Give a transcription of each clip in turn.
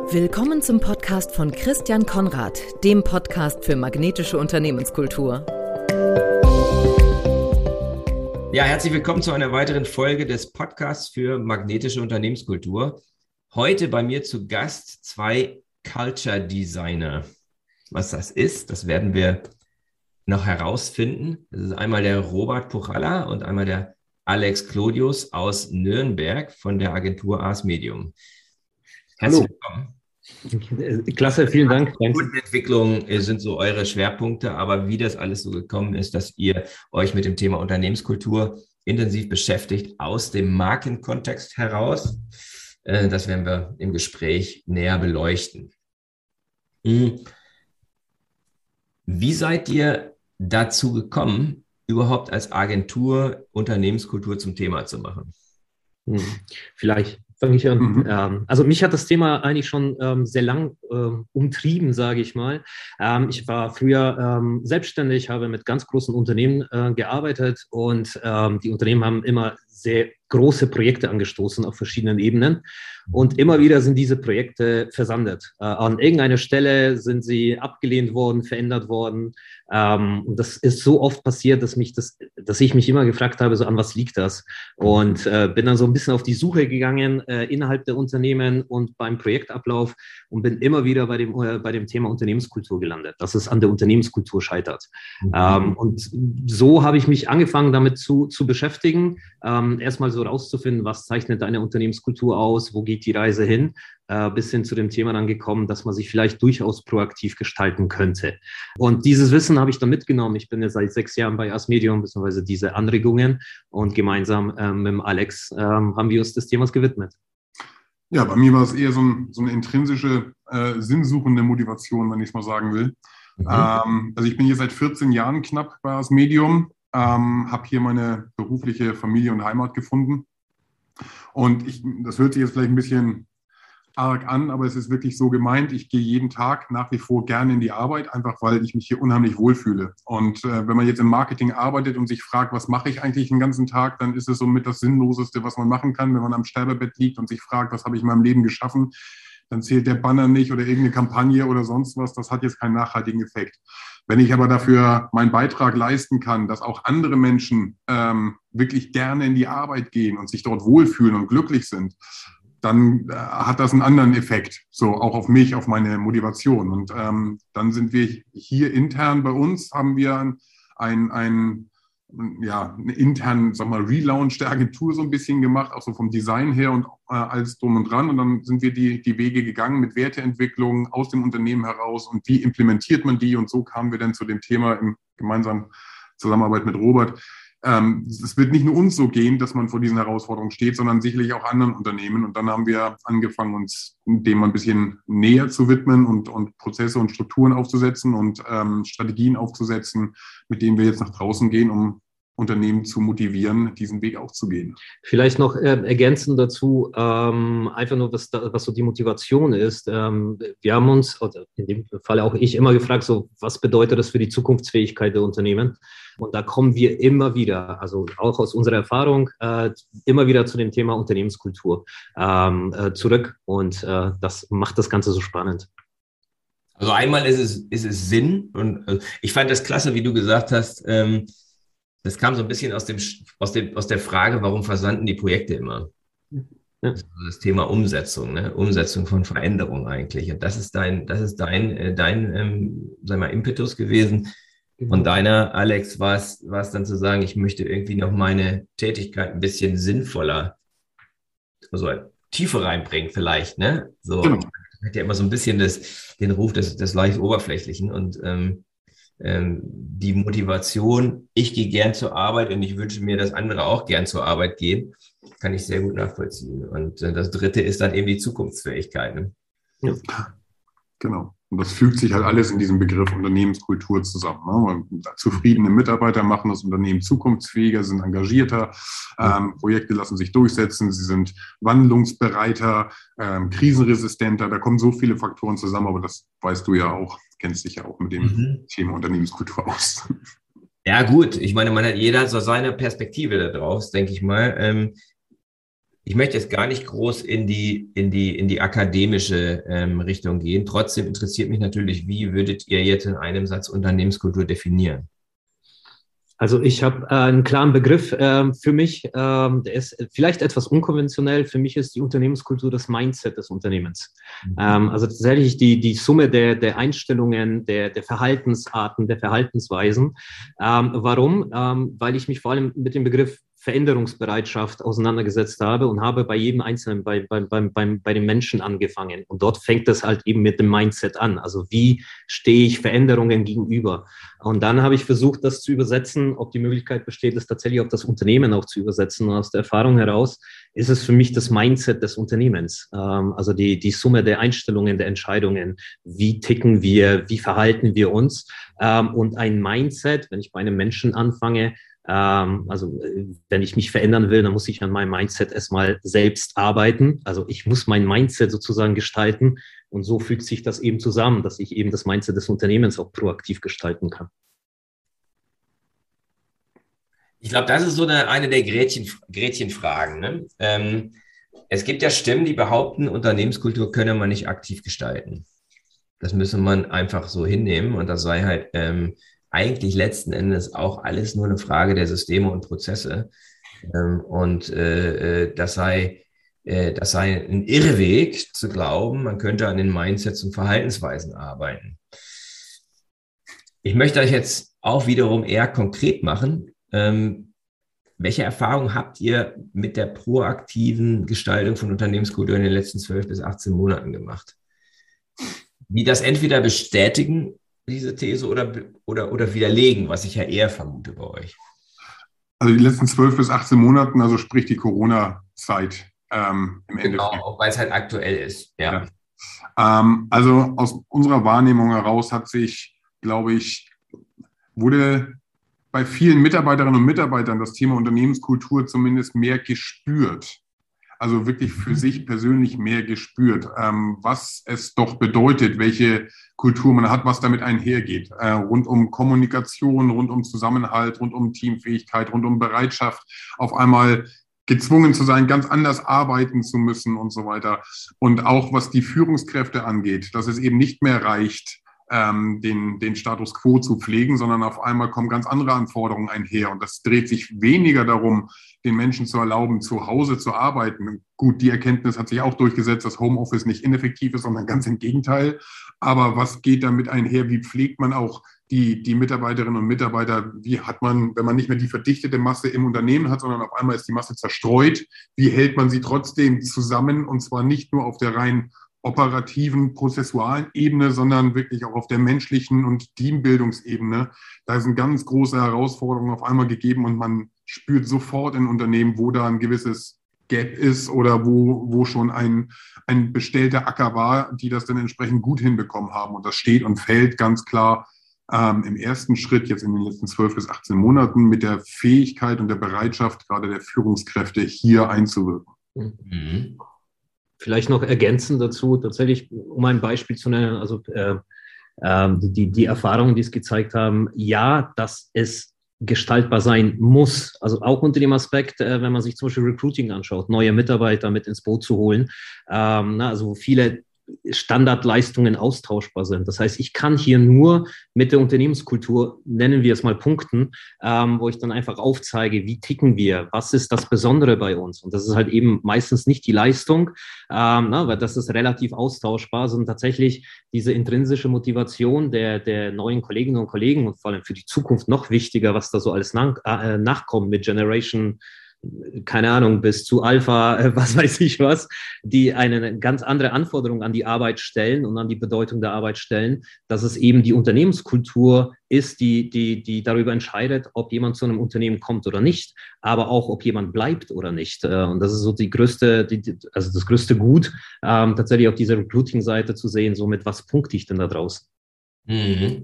Willkommen zum Podcast von Christian Konrad, dem Podcast für magnetische Unternehmenskultur. Ja, herzlich willkommen zu einer weiteren Folge des Podcasts für magnetische Unternehmenskultur. Heute bei mir zu Gast zwei Culture Designer. Was das ist, das werden wir noch herausfinden. Das ist einmal der Robert Puchalla und einmal der Alex Clodius aus Nürnberg von der Agentur Ars Medium. Herzlich willkommen. Klasse, vielen Dank. Kundenentwicklung sind so eure Schwerpunkte, aber wie das alles so gekommen ist, dass ihr euch mit dem Thema Unternehmenskultur intensiv beschäftigt, aus dem Markenkontext heraus, das werden wir im Gespräch näher beleuchten. Wie seid ihr dazu gekommen, überhaupt als Agentur Unternehmenskultur zum Thema zu machen? Vielleicht fange ich an. Also mich hat das Thema eigentlich schon sehr lang umtrieben, sage ich mal. Ich war früher selbstständig, habe mit ganz großen Unternehmen gearbeitet und die Unternehmen haben immer sehr große Projekte angestoßen auf verschiedenen Ebenen. Und immer wieder sind diese Projekte versandet. An irgendeiner Stelle sind sie abgelehnt worden, verändert worden. Und das ist so oft passiert, dass ich mich immer gefragt habe, so an was liegt das? Und bin dann so ein bisschen auf die Suche gegangen innerhalb der Unternehmen und beim Projektablauf und bin immer wieder bei dem Thema Unternehmenskultur gelandet, dass es an der Unternehmenskultur scheitert. Und so habe ich mich angefangen, damit zu beschäftigen, erstmal so rauszufinden, was zeichnet eine Unternehmenskultur aus, wo geht die Reise hin, bis hin zu dem Thema dann gekommen, dass man sich vielleicht durchaus proaktiv gestalten könnte. Und dieses Wissen habe ich dann mitgenommen. Ich bin ja seit 6 Jahren bei Ars Medium, beziehungsweise diese Anregungen, und gemeinsam mit dem Alex haben wir uns des Themas gewidmet. Ja, bei mir war es eher so eine intrinsische, sinnsuchende Motivation, wenn ich es mal sagen will. Also ich bin hier seit 14 Jahren knapp bei Ars Medium, habe hier meine berufliche Familie und Heimat gefunden. Und das hört sich jetzt vielleicht ein bisschen arg an, aber es ist wirklich so gemeint. Ich gehe jeden Tag nach wie vor gerne in die Arbeit, einfach weil ich mich hier unheimlich wohlfühle. Und wenn man jetzt im Marketing arbeitet und sich fragt, was mache ich eigentlich den ganzen Tag, dann ist es somit das Sinnloseste, was man machen kann. Wenn man am Sterbebett liegt und sich fragt, was habe ich in meinem Leben geschaffen, dann zählt der Banner nicht oder irgendeine Kampagne oder sonst was. Das hat jetzt keinen nachhaltigen Effekt. Wenn ich aber dafür meinen Beitrag leisten kann, dass auch andere Menschen wirklich gerne in die Arbeit gehen und sich dort wohlfühlen und glücklich sind, dann hat das einen anderen Effekt, so auch auf mich, auf meine Motivation. Und dann sind wir hier intern bei uns, haben wir einen internen, Relaunch der Agentur so ein bisschen gemacht, auch so vom Design her und alles drum und dran. Und dann sind wir die Wege gegangen mit Werteentwicklung aus dem Unternehmen heraus und wie implementiert man die. Und so kamen wir dann zu dem Thema in gemeinsamer Zusammenarbeit mit Robert. Es wird nicht nur uns so gehen, dass man vor diesen Herausforderungen steht, sondern sicherlich auch anderen Unternehmen. Und dann haben wir angefangen, uns dem ein bisschen näher zu widmen und Prozesse und Strukturen aufzusetzen und Strategien aufzusetzen, mit denen wir jetzt nach draußen gehen, um Unternehmen zu motivieren, diesen Weg auch zu gehen. Vielleicht noch ergänzend dazu, einfach nur, was so die Motivation ist. Wir haben uns, oder in dem Fall auch ich, immer gefragt, so, was bedeutet das für die Zukunftsfähigkeit der Unternehmen? Und da kommen wir immer wieder, also auch aus unserer Erfahrung, immer wieder zu dem Thema Unternehmenskultur zurück. Und das macht das Ganze so spannend. Also einmal ist es Sinn, und ich fand das klasse, wie du gesagt hast, das kam so ein bisschen aus der Frage, warum versanden die Projekte immer? Ja. Das Thema Umsetzung, ne? Umsetzung von Veränderung eigentlich. Und das ist dein sag mal, Impetus gewesen. Von deiner, Alex, war es dann zu sagen, ich möchte irgendwie noch meine Tätigkeit ein bisschen sinnvoller, also Tiefe reinbringen vielleicht, ne? So, genau. Hat ja immer so ein bisschen den Ruf des leicht Oberflächlichen und die Motivation, ich gehe gern zur Arbeit und ich wünsche mir, dass andere auch gern zur Arbeit gehen, kann ich sehr gut nachvollziehen. Und das Dritte ist dann eben die Zukunftsfähigkeit. Ne? Ja. Genau. Und das fügt sich halt alles in diesem Begriff Unternehmenskultur zusammen. Ne? Zufriedene Mitarbeiter machen das Unternehmen zukunftsfähiger, sind engagierter, Projekte lassen sich durchsetzen, sie sind wandlungsbereiter, krisenresistenter. Da kommen so viele Faktoren zusammen, aber das weißt du ja auch, kennst dich ja auch mit dem Thema Unternehmenskultur aus. Ja gut, ich meine, jeder hat so seine Perspektive da drauf, denke ich mal. Ich möchte jetzt gar nicht groß in die akademische Richtung gehen. Trotzdem interessiert mich natürlich, wie würdet ihr jetzt in einem Satz Unternehmenskultur definieren? Also ich habe einen klaren Begriff für mich, der ist vielleicht etwas unkonventionell. Für mich ist die Unternehmenskultur das Mindset des Unternehmens. Also tatsächlich die Summe der Einstellungen, der Verhaltensarten, der Verhaltensweisen. Warum? Weil ich mich vor allem mit dem Begriff Veränderungsbereitschaft auseinandergesetzt habe und habe bei jedem Einzelnen, bei den Menschen angefangen. Und dort fängt es halt eben mit dem Mindset an. Also wie stehe ich Veränderungen gegenüber? Und dann habe ich versucht, das zu übersetzen, ob die Möglichkeit besteht, es tatsächlich auf das Unternehmen auch zu übersetzen. Und aus der Erfahrung heraus ist es für mich das Mindset des Unternehmens. Also die Summe der Einstellungen, der Entscheidungen. Wie ticken wir? Wie verhalten wir uns? Und ein Mindset, wenn ich bei einem Menschen anfange, also wenn ich mich verändern will, dann muss ich an meinem Mindset erstmal selbst arbeiten. Also ich muss mein Mindset sozusagen gestalten und so fügt sich das eben zusammen, dass ich eben das Mindset des Unternehmens auch proaktiv gestalten kann. Ich glaube, das ist so eine der Gretchenfragen. Ne? Es gibt ja Stimmen, die behaupten, Unternehmenskultur könne man nicht aktiv gestalten. Das müsse man einfach so hinnehmen und das sei halt eigentlich letzten Endes auch alles nur eine Frage der Systeme und Prozesse. Das sei ein Irrweg zu glauben, man könnte an den Mindsets und Verhaltensweisen arbeiten. Ich möchte euch jetzt auch wiederum eher konkret machen. Welche Erfahrungen habt ihr mit der proaktiven Gestaltung von Unternehmenskultur in den letzten 12 bis 18 Monaten gemacht? Wie das entweder bestätigen, diese These, oder widerlegen, was ich ja eher vermute bei euch? Also die letzten 12 bis 18 Monaten, also sprich die Corona-Zeit im Endeffekt. Genau, weil es halt aktuell ist. Ja. Also aus unserer Wahrnehmung heraus hat sich, glaube ich, wurde bei vielen Mitarbeiterinnen und Mitarbeitern das Thema Unternehmenskultur zumindest mehr gespürt. Also wirklich für sich persönlich mehr gespürt, was es doch bedeutet, welche Kultur man hat, was damit einhergeht. Rund um Kommunikation, rund um Zusammenhalt, rund um Teamfähigkeit, rund um Bereitschaft, auf einmal gezwungen zu sein, ganz anders arbeiten zu müssen und so weiter. Und auch was die Führungskräfte angeht, dass es eben nicht mehr reicht, den Status quo zu pflegen, sondern auf einmal kommen ganz andere Anforderungen einher. Und das dreht sich weniger darum, den Menschen zu erlauben, zu Hause zu arbeiten. Gut, die Erkenntnis hat sich auch durchgesetzt, dass Homeoffice nicht ineffektiv ist, sondern ganz im Gegenteil. Aber was geht damit einher? Wie pflegt man auch die Mitarbeiterinnen und Mitarbeiter? Wie hat man, wenn man nicht mehr die verdichtete Masse im Unternehmen hat, sondern auf einmal ist die Masse zerstreut, wie hält man sie trotzdem zusammen? Und zwar nicht nur auf der rein operativen, prozessualen Ebene, sondern wirklich auch auf der menschlichen und Teambildungsebene. Da sind ganz große Herausforderungen auf einmal gegeben und man spürt sofort in Unternehmen, wo da ein gewisses Gap ist oder wo schon ein bestellter Acker war, die das dann entsprechend gut hinbekommen haben. Und das steht und fällt ganz klar im ersten Schritt jetzt in den letzten 12 bis 18 Monaten mit der Fähigkeit und der Bereitschaft gerade der Führungskräfte hier einzuwirken. Mhm. Vielleicht noch ergänzend dazu, tatsächlich, um ein Beispiel zu nennen, also die Erfahrungen, die es gezeigt haben, ja, dass es gestaltbar sein muss. Also auch unter dem Aspekt, wenn man sich zum Beispiel Recruiting anschaut, neue Mitarbeiter mit ins Boot zu holen, also viele Standardleistungen austauschbar sind. Das heißt, ich kann hier nur mit der Unternehmenskultur, nennen wir es mal, punkten, wo ich dann einfach aufzeige, wie ticken wir, was ist das Besondere bei uns. Und das ist halt eben meistens nicht die Leistung, weil das ist relativ austauschbar, sondern tatsächlich diese intrinsische Motivation der neuen Kolleginnen und Kollegen und vor allem für die Zukunft noch wichtiger, was da so alles nachkommt mit Generation, keine Ahnung, bis zu Alpha, was weiß ich was, die eine ganz andere Anforderung an die Arbeit stellen und an die Bedeutung der Arbeit stellen, dass es eben die Unternehmenskultur ist, die darüber entscheidet, ob jemand zu einem Unternehmen kommt oder nicht, aber auch, ob jemand bleibt oder nicht. Und das ist so das größte Gut, tatsächlich auf dieser Recruiting-Seite zu sehen, so mit was punkte ich denn da draußen? Mhm.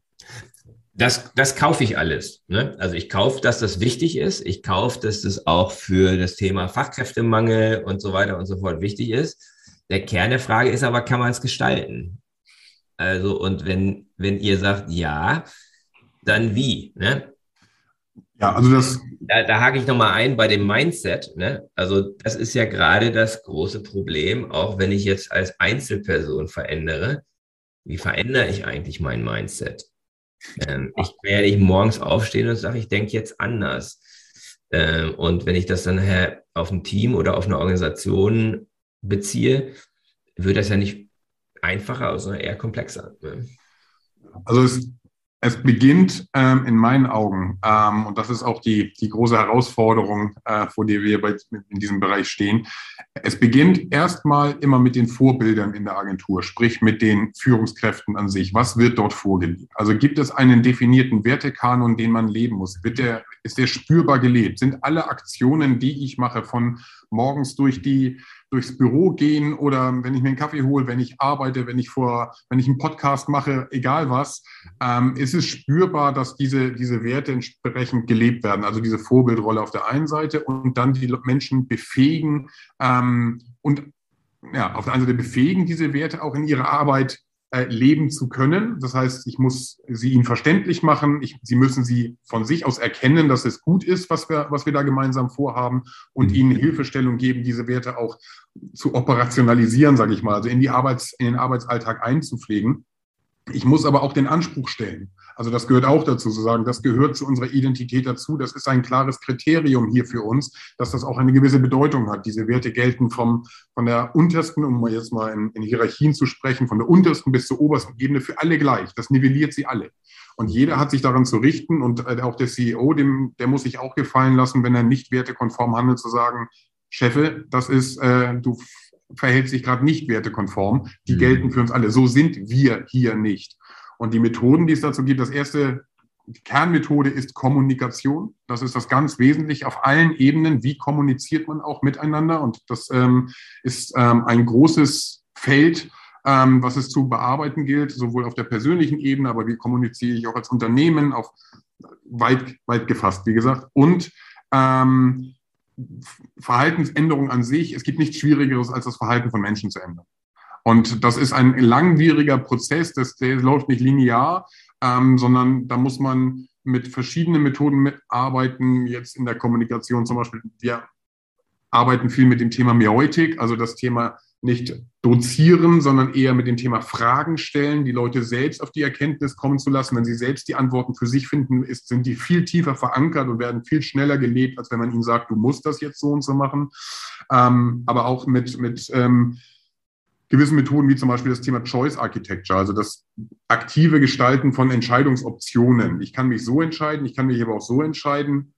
Das kaufe ich alles. Ne? Also ich kaufe, dass das wichtig ist. Ich kaufe, dass das auch für das Thema Fachkräftemangel und so weiter und so fort wichtig ist. Der Kern der Frage ist aber, kann man es gestalten? Also, und wenn ihr sagt ja, dann wie? Ne? Ja, also Da hake ich nochmal ein bei dem Mindset. Ne? Also das ist ja gerade das große Problem, auch wenn ich jetzt als Einzelperson verändere. Wie verändere ich eigentlich mein Mindset? Ich werde nicht morgens aufstehen und sage, ich denke jetzt anders. Und wenn ich das dann nachher auf ein Team oder auf eine Organisation beziehe, wird das ja nicht einfacher, sondern eher komplexer. Ne? Also es beginnt in meinen Augen, und das ist auch die große Herausforderung, vor der wir in diesem Bereich stehen. Es beginnt erstmal immer mit den Vorbildern in der Agentur, sprich mit den Führungskräften an sich. Was wird dort vorgelebt? Also gibt es einen definierten Wertekanon, den man leben muss? Ist der spürbar gelebt? Sind alle Aktionen, die ich mache, von morgens durchs Büro gehen oder wenn ich mir einen Kaffee hole, wenn ich arbeite, wenn ich einen Podcast mache, egal was, ist es spürbar, dass diese Werte entsprechend gelebt werden. Also diese Vorbildrolle auf der einen Seite und dann die Menschen befähigen und ja, auf der einen Seite befähigen, diese Werte auch in ihrer Arbeit leben zu können. Das heißt, ich muss sie ihnen verständlich machen. Sie müssen sie von sich aus erkennen, dass es gut ist, was wir da gemeinsam vorhaben und ihnen Hilfestellung geben, diese Werte auch zu operationalisieren, sage ich mal, also in den Arbeitsalltag einzupflegen. Ich muss aber auch den Anspruch stellen. Also das gehört auch dazu, zu sagen, das gehört zu unserer Identität dazu. Das ist ein klares Kriterium hier für uns, dass das auch eine gewisse Bedeutung hat. Diese Werte gelten von der untersten, um jetzt mal in Hierarchien zu sprechen, von der untersten bis zur obersten Ebene für alle gleich. Das nivelliert sie alle. Und jeder hat sich daran zu richten und auch der CEO, der muss sich auch gefallen lassen, wenn er nicht wertekonform handelt, zu sagen, Chefe, du verhältst sich gerade nicht wertekonform. Die gelten für uns alle. So sind wir hier nicht. Und die Methoden, die es dazu gibt, die Kernmethode ist Kommunikation. Das ist das ganz Wesentliche auf allen Ebenen. Wie kommuniziert man auch miteinander? Und das ist ein großes Feld, was es zu bearbeiten gilt, sowohl auf der persönlichen Ebene, aber wie kommuniziere ich auch als Unternehmen, auf weit gefasst, wie gesagt. Und Verhaltensänderung an sich, es gibt nichts Schwierigeres, als das Verhalten von Menschen zu ändern. Und das ist ein langwieriger Prozess, der läuft nicht linear, sondern da muss man mit verschiedenen Methoden mitarbeiten. Jetzt in der Kommunikation zum Beispiel, wir arbeiten viel mit dem Thema Meutik, also das Thema nicht dozieren, sondern eher mit dem Thema Fragen stellen, die Leute selbst auf die Erkenntnis kommen zu lassen. Wenn sie selbst die Antworten für sich finden, sind die viel tiefer verankert und werden viel schneller gelebt, als wenn man ihnen sagt, du musst das jetzt so und so machen. Aber auch mit gewissen Methoden, wie zum Beispiel das Thema Choice Architecture, also das aktive Gestalten von Entscheidungsoptionen. Ich kann mich so entscheiden, ich kann mich aber auch so entscheiden.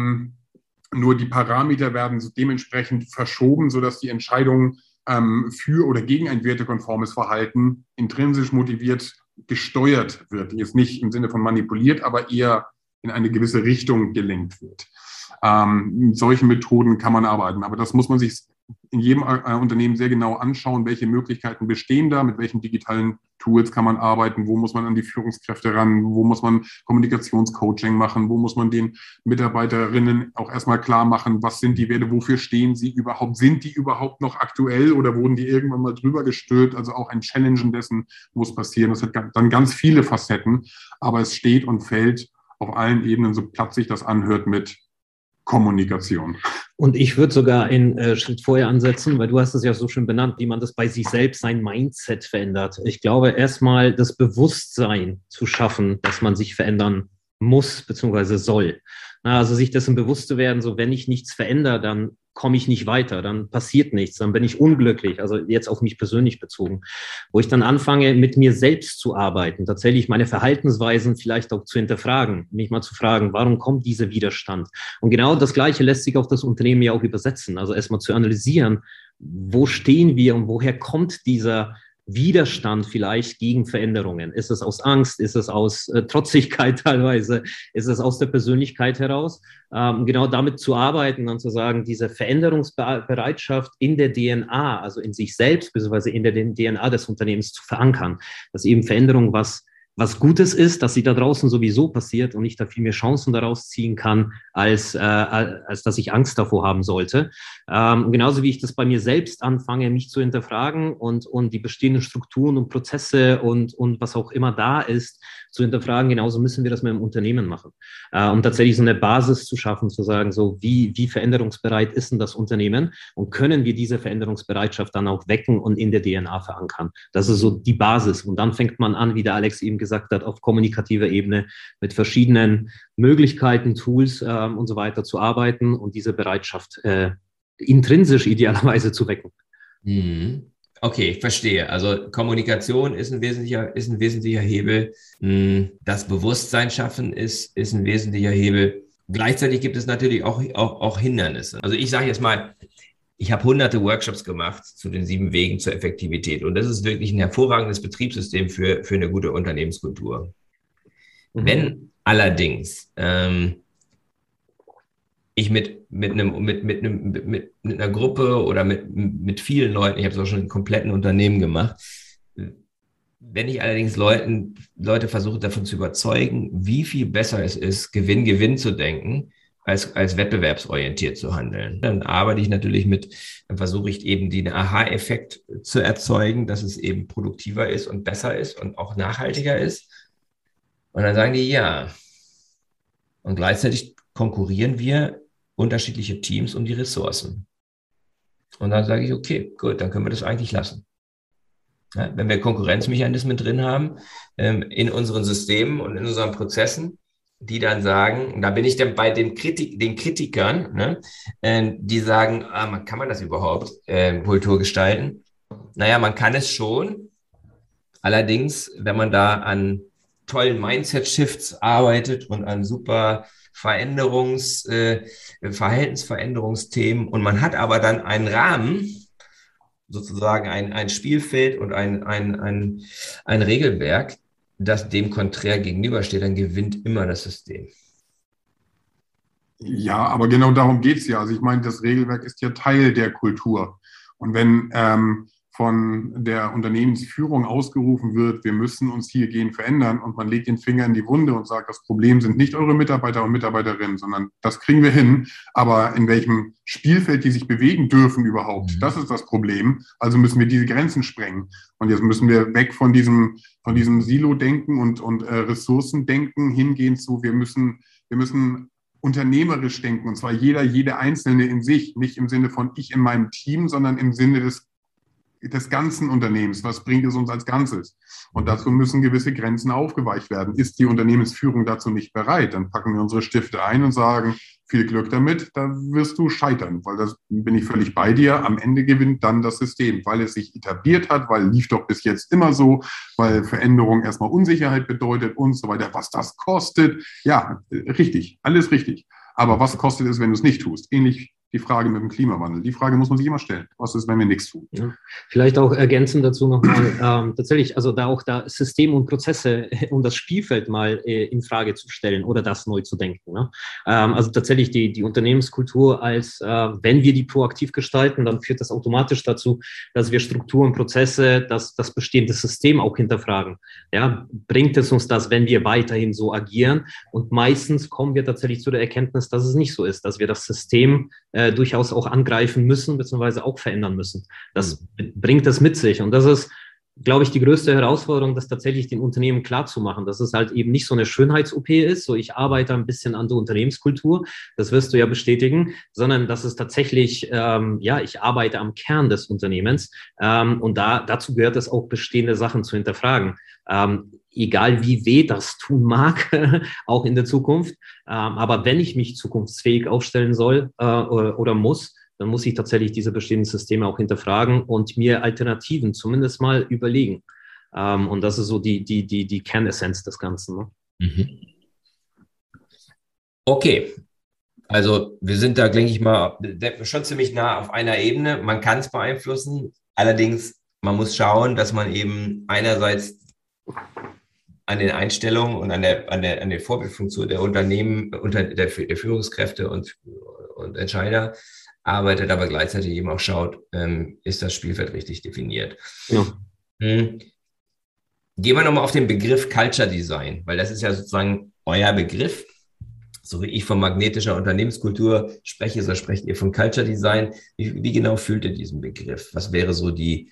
Nur die Parameter werden dementsprechend verschoben, sodass die Entscheidung für oder gegen ein wertekonformes Verhalten intrinsisch motiviert gesteuert wird. Jetzt nicht im Sinne von manipuliert, aber eher in eine gewisse Richtung gelenkt wird. Mit solchen Methoden kann man arbeiten, aber das muss man sich in jedem Unternehmen sehr genau anschauen, welche Möglichkeiten bestehen da, mit welchen digitalen Tools kann man arbeiten, wo muss man an die Führungskräfte ran, wo muss man Kommunikationscoaching machen, wo muss man den Mitarbeiterinnen auch erstmal klar machen, was sind die Werte, wofür stehen sie überhaupt, sind die überhaupt noch aktuell oder wurden die irgendwann mal drüber gestülpt, also auch ein Challengen dessen muss passieren. Das hat dann ganz viele Facetten, aber es steht und fällt auf allen Ebenen, so platt sich das anhört, mit Kommunikation. Und ich würde sogar einen Schritt vorher ansetzen, weil du hast es ja so schön benannt, wie man das bei sich selbst, sein Mindset verändert. Ich glaube, erstmal das Bewusstsein zu schaffen, dass man sich verändern muss bzw. soll. Also sich dessen bewusst zu werden, so wenn ich nichts verändere, dann komme ich nicht weiter, dann passiert nichts, dann bin ich unglücklich, also jetzt auf mich persönlich bezogen, wo ich dann anfange, mit mir selbst zu arbeiten, tatsächlich meine Verhaltensweisen vielleicht auch zu hinterfragen, mich mal zu fragen, warum kommt dieser Widerstand? Und genau das Gleiche lässt sich auf das Unternehmen ja auch übersetzen, also erstmal zu analysieren, wo stehen wir und woher kommt dieser Widerstand vielleicht gegen Veränderungen? Ist es aus Angst? Ist es aus Trotzigkeit teilweise? Ist es aus der Persönlichkeit heraus? Genau damit zu arbeiten und zu sagen, diese Veränderungsbereitschaft in der DNA, also in sich selbst, beziehungsweise in der DNA des Unternehmens zu verankern, dass eben Veränderung was was Gutes ist, dass sie da draußen sowieso passiert und ich da viel mehr Chancen daraus ziehen kann, als dass ich Angst davor haben sollte. Und genauso wie ich das bei mir selbst anfange, mich zu hinterfragen und die bestehenden Strukturen und Prozesse und was auch immer da ist, zu hinterfragen, genauso müssen wir das mit dem Unternehmen machen. Um tatsächlich so eine Basis zu schaffen, zu sagen, so wie veränderungsbereit ist denn das Unternehmen und können wir diese Veränderungsbereitschaft dann auch wecken und in der DNA verankern. Das ist so die Basis. Und dann fängt man an, wie der Alex eben gesagt hat, auf kommunikativer Ebene mit verschiedenen Möglichkeiten, Tools und so weiter zu arbeiten und diese Bereitschaft intrinsisch idealerweise zu wecken. Okay, ich verstehe. Also Kommunikation ist ein wesentlicher Hebel. Das Bewusstsein schaffen ist ein wesentlicher Hebel. Gleichzeitig gibt es natürlich auch Hindernisse. Also ich sage jetzt mal, ich habe hunderte Workshops gemacht zu den 7 Wegen zur Effektivität. Und das ist wirklich ein hervorragendes Betriebssystem für eine gute Unternehmenskultur. Wenn allerdings ich mit einer Gruppe oder mit vielen Leuten, ich habe es auch schon in kompletten Unternehmen gemacht, wenn ich allerdings Leute versuche davon zu überzeugen, wie viel besser es ist, Gewinn zu denken, als wettbewerbsorientiert zu handeln. Dann arbeite ich natürlich dann versuche ich eben den Aha-Effekt zu erzeugen, dass es eben produktiver ist und besser ist und auch nachhaltiger ist. Und dann sagen die ja. Und gleichzeitig konkurrieren wir unterschiedliche Teams um die Ressourcen. Und dann sage ich, okay, gut, dann können wir das eigentlich lassen. Ja, wenn wir Konkurrenzmechanismen drin haben, in unseren Systemen und in unseren Prozessen, die dann sagen, und da bin ich dann bei den Kritikern, ne, die sagen, kann man das überhaupt Kultur gestalten? Naja, man kann es schon. Allerdings, wenn man da an tollen Mindset-Shifts arbeitet und an super Verhaltensveränderungsthemen und man hat aber dann einen Rahmen, sozusagen ein Spielfeld und ein Regelwerk, das dem konträr gegenübersteht, dann gewinnt immer das System. Ja, aber genau darum geht es ja. Also ich meine, das Regelwerk ist ja Teil der Kultur. Und wenn von der Unternehmensführung ausgerufen wird, wir müssen uns hiergehend verändern und man legt den Finger in die Wunde und sagt, das Problem sind nicht eure Mitarbeiter und Mitarbeiterinnen, sondern das kriegen wir hin. Aber in welchem Spielfeld die sich bewegen dürfen überhaupt, das ist das Problem. Also müssen wir diese Grenzen sprengen. Und jetzt müssen wir weg von diesem Silo-Denken und Ressourcendenken hingehen zu, wir müssen unternehmerisch denken, und zwar jede Einzelne in sich, nicht im Sinne von ich in meinem Team, sondern im Sinne des ganzen Unternehmens. Was bringt es uns als Ganzes? Und dazu müssen gewisse Grenzen aufgeweicht werden. Ist die Unternehmensführung dazu nicht bereit, dann packen wir unsere Stifte ein und sagen, viel Glück damit, da wirst du scheitern, weil das bin ich völlig bei dir. Am Ende gewinnt dann das System, weil es sich etabliert hat, weil lief doch bis jetzt immer so, weil Veränderung erstmal Unsicherheit bedeutet und so weiter. Was das kostet, ja, richtig, alles richtig. Aber was kostet es, wenn du es nicht tust? Ähnlich die Frage mit dem Klimawandel. Die Frage muss man sich immer stellen. Was ist, wenn wir nichts tun? Ja, vielleicht auch ergänzend dazu nochmal, tatsächlich, also da Systeme und Prozesse, um das Spielfeld mal in Frage zu stellen oder das neu zu denken. Ne? Also tatsächlich die Unternehmenskultur wenn wir die proaktiv gestalten, dann führt das automatisch dazu, dass wir Strukturen, Prozesse, das bestehende System auch hinterfragen. Ja, bringt es uns das, wenn wir weiterhin so agieren? Und meistens kommen wir tatsächlich zu der Erkenntnis, dass es nicht so ist, dass wir das System durchaus auch angreifen müssen, beziehungsweise auch verändern müssen. Das bringt das mit sich. Und das ist, glaube ich, die größte Herausforderung, das tatsächlich den Unternehmen klarzumachen, dass es halt eben nicht so eine Schönheits-OP ist, so ich arbeite ein bisschen an der Unternehmenskultur, das wirst du ja bestätigen, sondern dass es tatsächlich, ich arbeite am Kern des Unternehmens und dazu gehört es auch, bestehende Sachen zu hinterfragen. Egal wie weh das tun mag, auch in der Zukunft. Aber wenn ich mich zukunftsfähig aufstellen soll oder muss, dann muss ich tatsächlich diese bestehenden Systeme auch hinterfragen und mir Alternativen zumindest mal überlegen. Und das ist so die Kernessenz des Ganzen. Ne? Mhm. Okay. Also wir sind da, denke ich mal, schon ziemlich nah auf einer Ebene. Man kann es beeinflussen. Allerdings, man muss schauen, dass man eben einerseits an den Einstellungen und an der Vorbildfunktion der Unternehmen, der Führungskräfte und Entscheider arbeitet, aber gleichzeitig eben auch schaut, ist das Spielfeld richtig definiert. Ja. Gehen wir nochmal auf den Begriff Culture Design, weil das ist ja sozusagen euer Begriff. So wie ich von magnetischer Unternehmenskultur spreche, so sprecht ihr von Culture Design. Wie genau fühlt ihr diesen Begriff? Was wäre so die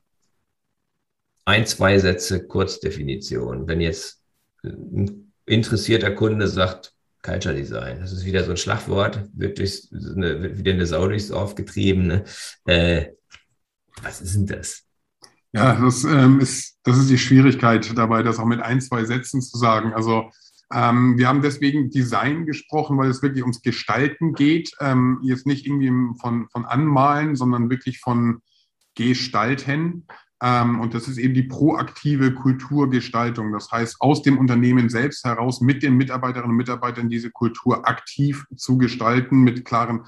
2 Sätze Kurzdefinition, wenn jetzt ein interessierter Kunde sagt, Culture Design, das ist wieder so ein Schlagwort, wird wieder eine Sau durchs Dorf getrieben. Ne? Was ist denn das? Ja, das ist die Schwierigkeit dabei, das auch mit 1, 2 Sätzen zu sagen. Also wir haben deswegen Design gesprochen, weil es wirklich ums Gestalten geht. Jetzt nicht irgendwie von Anmalen, sondern wirklich von Gestalten. Und das ist eben die proaktive Kulturgestaltung. Das heißt, aus dem Unternehmen selbst heraus mit den Mitarbeiterinnen und Mitarbeitern diese Kultur aktiv zu gestalten mit klaren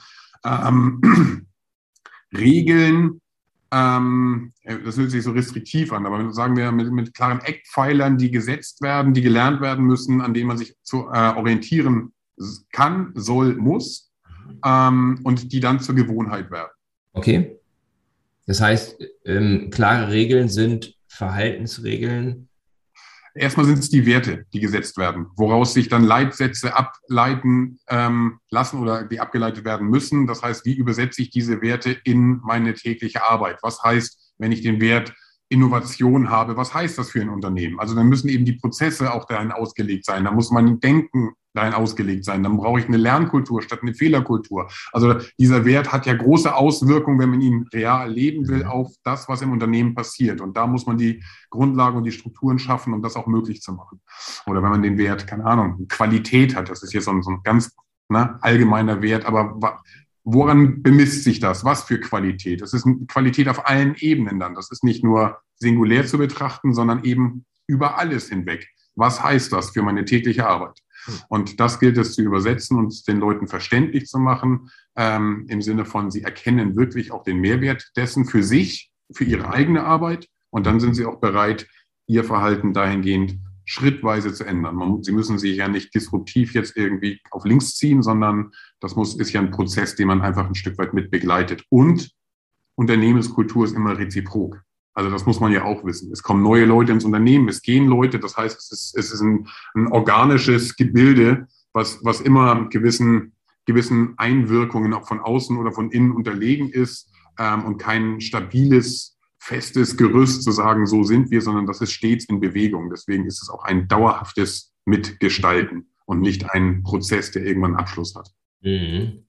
Regeln. Das hört sich so restriktiv an, aber sagen wir mit klaren Eckpfeilern, die gesetzt werden, die gelernt werden müssen, an denen man sich zu orientieren kann, soll, muss und die dann zur Gewohnheit werden. Okay. Das heißt, klare Regeln sind Verhaltensregeln. Erstmal sind es die Werte, die gesetzt werden, woraus sich dann Leitsätze ableiten lassen oder die abgeleitet werden müssen. Das heißt, wie übersetze ich diese Werte in meine tägliche Arbeit? Was heißt, wenn ich den Wert Innovation habe, was heißt das für ein Unternehmen? Also dann müssen eben die Prozesse auch dahin ausgelegt sein. Da muss mein Denken dahin ausgelegt sein. Dann brauche ich eine Lernkultur statt eine Fehlerkultur. Also dieser Wert hat ja große Auswirkungen, wenn man ihn real leben will, auf das, was im Unternehmen passiert. Und da muss man die Grundlagen und die Strukturen schaffen, um das auch möglich zu machen. Oder wenn man den Wert, keine Ahnung, Qualität hat, das ist jetzt so ein ganz allgemeiner Wert, aber woran bemisst sich das? Was für Qualität? Das ist eine Qualität auf allen Ebenen dann. Das ist nicht nur singulär zu betrachten, sondern eben über alles hinweg. Was heißt das für meine tägliche Arbeit? Und das gilt es zu übersetzen und den Leuten verständlich zu machen, im Sinne von, sie erkennen wirklich auch den Mehrwert dessen für sich, für ihre eigene Arbeit. Und dann sind sie auch bereit, ihr Verhalten dahingehend schrittweise zu ändern. Sie müssen sich ja nicht disruptiv jetzt irgendwie auf links ziehen, sondern ist ja ein Prozess, den man einfach ein Stück weit mit begleitet. Und Unternehmenskultur ist immer reziprok. Also das muss man ja auch wissen. Es kommen neue Leute ins Unternehmen, es gehen Leute. Das heißt, es ist ein organisches Gebilde, was immer gewissen Einwirkungen auch von außen oder von innen unterlegen ist und kein stabiles, festes Gerüst zu sagen, so sind wir, sondern das ist stets in Bewegung. Deswegen ist es auch ein dauerhaftes Mitgestalten und nicht ein Prozess, der irgendwann einen Abschluss hat. Mhm.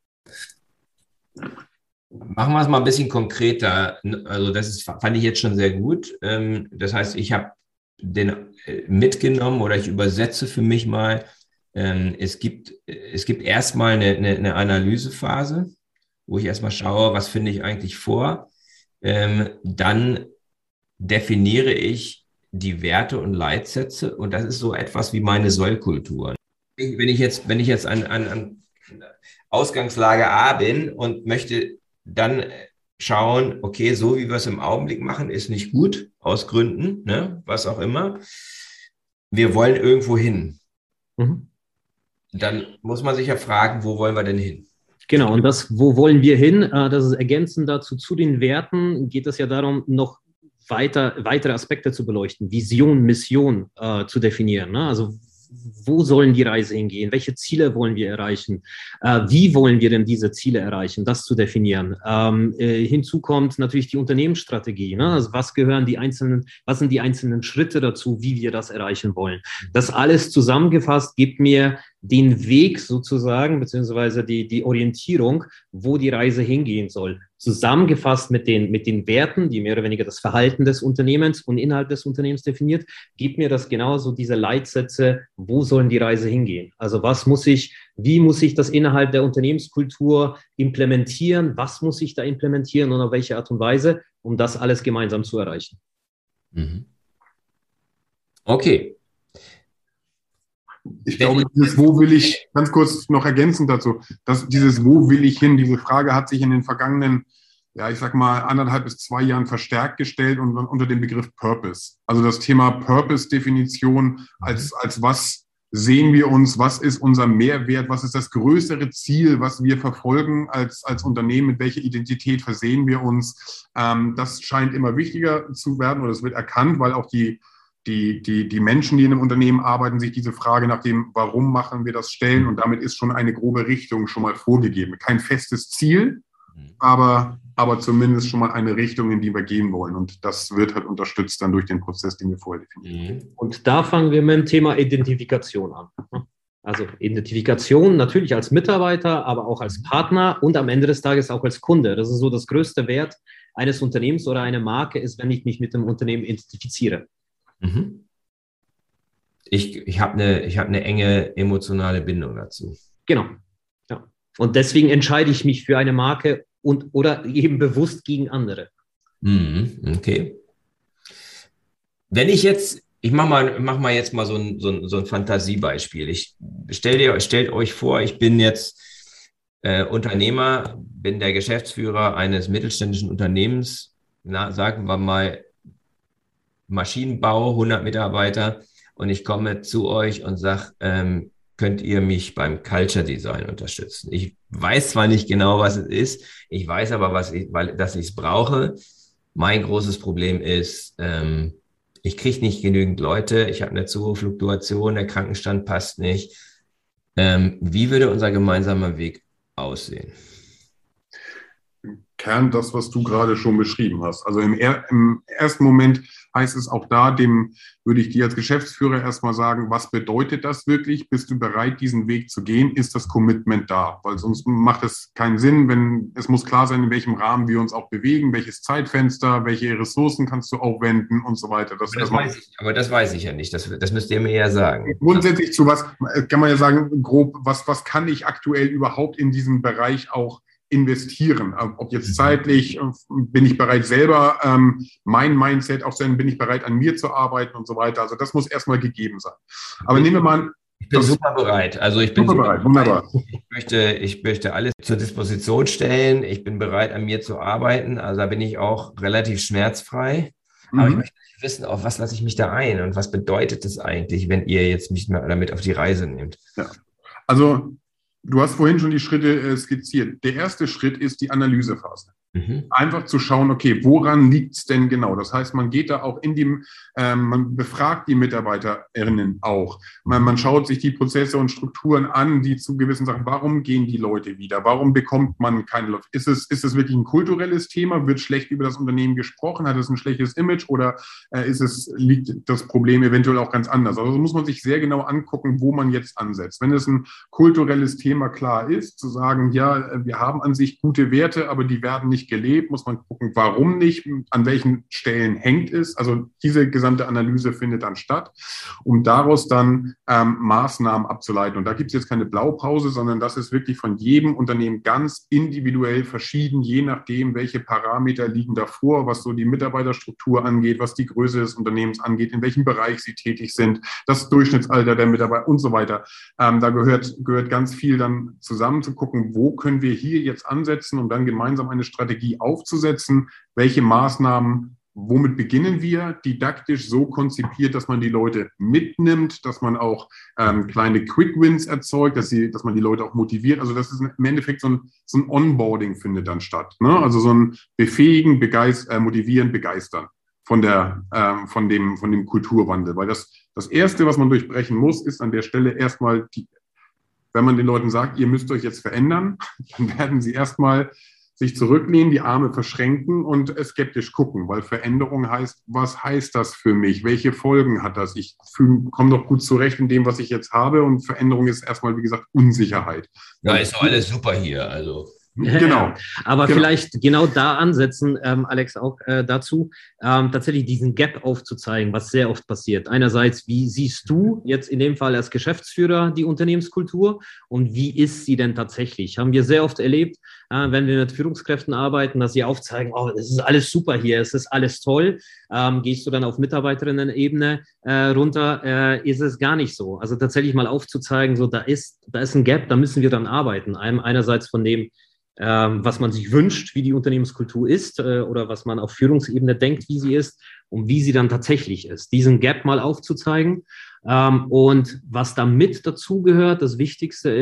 Machen wir es mal ein bisschen konkreter. Also fand ich jetzt schon sehr gut. Das heißt, ich habe den mitgenommen oder ich übersetze für mich mal. Es gibt erstmal eine Analysephase, wo ich erstmal schaue, was finde ich eigentlich vor. Dann definiere ich die Werte und Leitsätze und das ist so etwas wie meine Sollkultur. Wenn ich jetzt an Ausgangslage A bin und möchte dann schauen, okay, so wie wir es im Augenblick machen, ist nicht gut, aus Gründen, ne, was auch immer. Wir wollen irgendwo hin. Mhm. Dann muss man sich ja fragen, wo wollen wir denn hin? Genau, und wo wollen wir hin? Das ist ergänzend dazu zu den Werten, geht es ja darum, noch weitere Aspekte zu beleuchten, Vision, Mission zu definieren. Ne? Also wo sollen die Reise hingehen? Welche Ziele wollen wir erreichen? Wie wollen wir denn diese Ziele erreichen? Das zu definieren. Hinzu kommt natürlich die Unternehmensstrategie. Ne? Also was sind die einzelnen Schritte dazu, wie wir das erreichen wollen? Das alles zusammengefasst gibt mir den Weg sozusagen, beziehungsweise die Orientierung, wo die Reise hingehen soll. Zusammengefasst mit den Werten, die mehr oder weniger das Verhalten des Unternehmens und Inhalt des Unternehmens definiert, gibt mir das genauso diese Leitsätze, wo sollen die Reise hingehen? Also wie muss ich das innerhalb der Unternehmenskultur implementieren? Was muss ich da implementieren und auf welche Art und Weise, um das alles gemeinsam zu erreichen? Mhm. Okay. Ich glaube, dieses Wo will ich, ganz kurz noch ergänzend dazu, dieses Wo will ich hin, diese Frage hat sich in den vergangenen, ich sag mal, 1,5 bis 2 Jahren verstärkt gestellt und unter dem Begriff Purpose. Also das Thema Purpose-Definition als was sehen wir uns, was ist unser Mehrwert, was ist das größere Ziel, was wir verfolgen als Unternehmen, mit welcher Identität versehen wir uns. Das scheint immer wichtiger zu werden oder es wird erkannt, weil auch die die Menschen, die in einem Unternehmen arbeiten, sich diese Frage nach dem, warum machen wir das, stellen. Und damit ist schon eine grobe Richtung schon mal vorgegeben. Kein festes Ziel, aber zumindest schon mal eine Richtung, in die wir gehen wollen. Und das wird halt unterstützt dann durch den Prozess, den wir vorher definiert haben. Und da fangen wir mit dem Thema Identifikation an. Also Identifikation natürlich als Mitarbeiter, aber auch als Partner und am Ende des Tages auch als Kunde. Das ist so das größte Wert eines Unternehmens oder einer Marke ist, wenn ich mich mit dem Unternehmen identifiziere. Ich habe eine enge emotionale Bindung dazu. Genau. Ja. Und deswegen entscheide ich mich für eine Marke oder eben bewusst gegen andere. Okay. Wenn ich mach mal jetzt mal so ein Fantasiebeispiel. Stellt euch vor, ich bin jetzt Unternehmer, bin der Geschäftsführer eines mittelständischen Unternehmens, sagen wir mal Maschinenbau, 100 Mitarbeiter, und ich komme zu euch und sage, könnt ihr mich beim Culture Design unterstützen? Ich weiß zwar nicht genau, was es ist, ich weiß aber, dass ich es brauche. Mein großes Problem ist, ich kriege nicht genügend Leute, ich habe eine zu hohe Fluktuation, der Krankenstand passt nicht. Wie würde unser gemeinsamer Weg aussehen? Kern das, was du gerade schon beschrieben hast. Also im ersten Moment heißt es auch da, dem würde ich dir als Geschäftsführer erstmal sagen, was bedeutet das wirklich? Bist du bereit, diesen Weg zu gehen? Ist das Commitment da? Weil sonst macht es keinen Sinn, es muss klar sein, in welchem Rahmen wir uns auch bewegen, welches Zeitfenster, welche Ressourcen kannst du aufwenden und so weiter. Aber das weiß ich ja nicht. Das müsst ihr mir ja sagen. Grundsätzlich zu was, kann man ja sagen, grob, was kann ich aktuell überhaupt in diesem Bereich auch investieren, ob jetzt zeitlich, bin ich bereit selber, mein Mindset auch sein, bin ich bereit an mir zu arbeiten und so weiter. Also das muss erstmal gegeben sein. Aber nehmen wir mal an. Ich bin super bereit. Also ich bin super bereit. Wunderbar. Ich möchte alles zur Disposition stellen. Ich bin bereit, an mir zu arbeiten. Also da bin ich auch relativ schmerzfrei. Aber ich möchte wissen, auf was lasse ich mich da ein und was bedeutet das eigentlich, wenn ihr jetzt mich mal damit auf die Reise nehmt? Ja. Also du hast vorhin schon die Schritte skizziert. Der erste Schritt ist die Analysephase. Einfach zu schauen, okay, woran liegt es denn genau? Das heißt, man geht da auch man befragt die MitarbeiterInnen auch. Man schaut sich die Prozesse und Strukturen an, die zu gewissen Sachen, warum gehen die Leute wieder? Warum bekommt man keine Leute? Ist es wirklich ein kulturelles Thema? Wird schlecht über das Unternehmen gesprochen? Hat es ein schlechtes Image? Oder liegt das Problem eventuell auch ganz anders? Also muss man sich sehr genau angucken, wo man jetzt ansetzt. Wenn es ein kulturelles Thema klar ist, zu sagen, ja, wir haben an sich gute Werte, aber die werden nicht gelebt, muss man gucken, warum nicht, an welchen Stellen hängt es. Also diese gesamte Analyse findet dann statt, um daraus dann Maßnahmen abzuleiten. Und da gibt es jetzt keine Blaupause, sondern das ist wirklich von jedem Unternehmen ganz individuell verschieden, je nachdem, welche Parameter liegen davor, was so die Mitarbeiterstruktur angeht, was die Größe des Unternehmens angeht, in welchem Bereich sie tätig sind, das Durchschnittsalter der Mitarbeiter und so weiter. Da gehört ganz viel dann zusammen zu gucken, wo können wir hier jetzt ansetzen, um dann gemeinsam eine Strategie aufzusetzen, welche Maßnahmen, womit beginnen wir, didaktisch so konzipiert, dass man die Leute mitnimmt, dass man auch kleine Quick-Wins erzeugt, dass man die Leute auch motiviert. Also das ist im Endeffekt so ein Onboarding findet dann statt. Ne? Also so ein Befähigen, motivieren, begeistern von dem Kulturwandel. Weil das Erste, was man durchbrechen muss, ist an der Stelle erstmal, wenn man den Leuten sagt, ihr müsst euch jetzt verändern, dann werden sie erstmal sich zurücklehnen, die Arme verschränken und skeptisch gucken, weil Veränderung heißt, was heißt das für mich? Welche Folgen hat das? Ich komme doch gut zurecht in dem, was ich jetzt habe, und Veränderung ist erstmal, wie gesagt, Unsicherheit. Ja, ist doch alles super hier, also. Genau. Aber vielleicht genau da ansetzen, Alex, auch dazu, tatsächlich diesen Gap aufzuzeigen, was sehr oft passiert. Einerseits, wie siehst du jetzt in dem Fall als Geschäftsführer die Unternehmenskultur und wie ist sie denn tatsächlich? Haben wir sehr oft erlebt, wenn wir mit Führungskräften arbeiten, dass sie aufzeigen, oh, es ist alles super hier, es ist alles toll. Gehst du dann auf Mitarbeiterinnen-Ebene runter, ist es gar nicht so. Also tatsächlich mal aufzuzeigen, so da ist ein Gap, da müssen wir dann arbeiten. Einerseits von dem, was man sich wünscht, wie die Unternehmenskultur ist oder was man auf Führungsebene denkt, wie sie ist und wie sie dann tatsächlich ist. Diesen Gap mal aufzuzeigen. Und was damit dazugehört, das Wichtigste ist,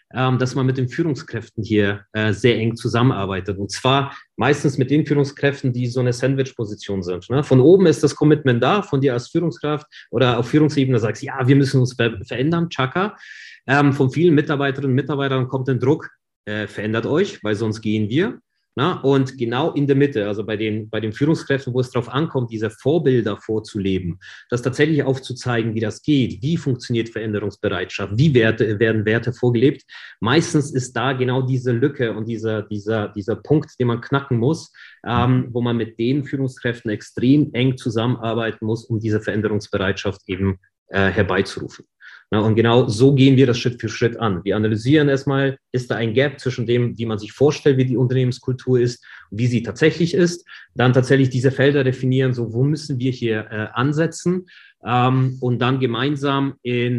dass man mit den Führungskräften hier sehr eng zusammenarbeitet. Und zwar meistens mit den Führungskräften, die so eine Sandwich-Position sind. Ne? Von oben ist das Commitment da, von dir als Führungskraft oder auf Führungsebene sagst, ja, wir müssen uns verändern, Chaka. Von vielen Mitarbeiterinnen und Mitarbeitern kommt der Druck, verändert euch, weil sonst gehen wir. Na, und genau in der Mitte, also bei den Führungskräften, wo es darauf ankommt, diese Vorbilder vorzuleben, das tatsächlich aufzuzeigen, wie das geht, wie funktioniert Veränderungsbereitschaft, wie werden Werte vorgelebt. Meistens ist da genau diese Lücke und dieser Punkt, den man knacken muss, wo man mit den Führungskräften extrem eng zusammenarbeiten muss, um diese Veränderungsbereitschaft eben herbeizurufen. Na, und genau so gehen wir das Schritt für Schritt an. Wir analysieren erstmal, ist da ein Gap zwischen dem, wie man sich vorstellt, wie die Unternehmenskultur ist, wie sie tatsächlich ist. Dann tatsächlich diese Felder definieren, so wo müssen wir hier ansetzen. Und dann gemeinsam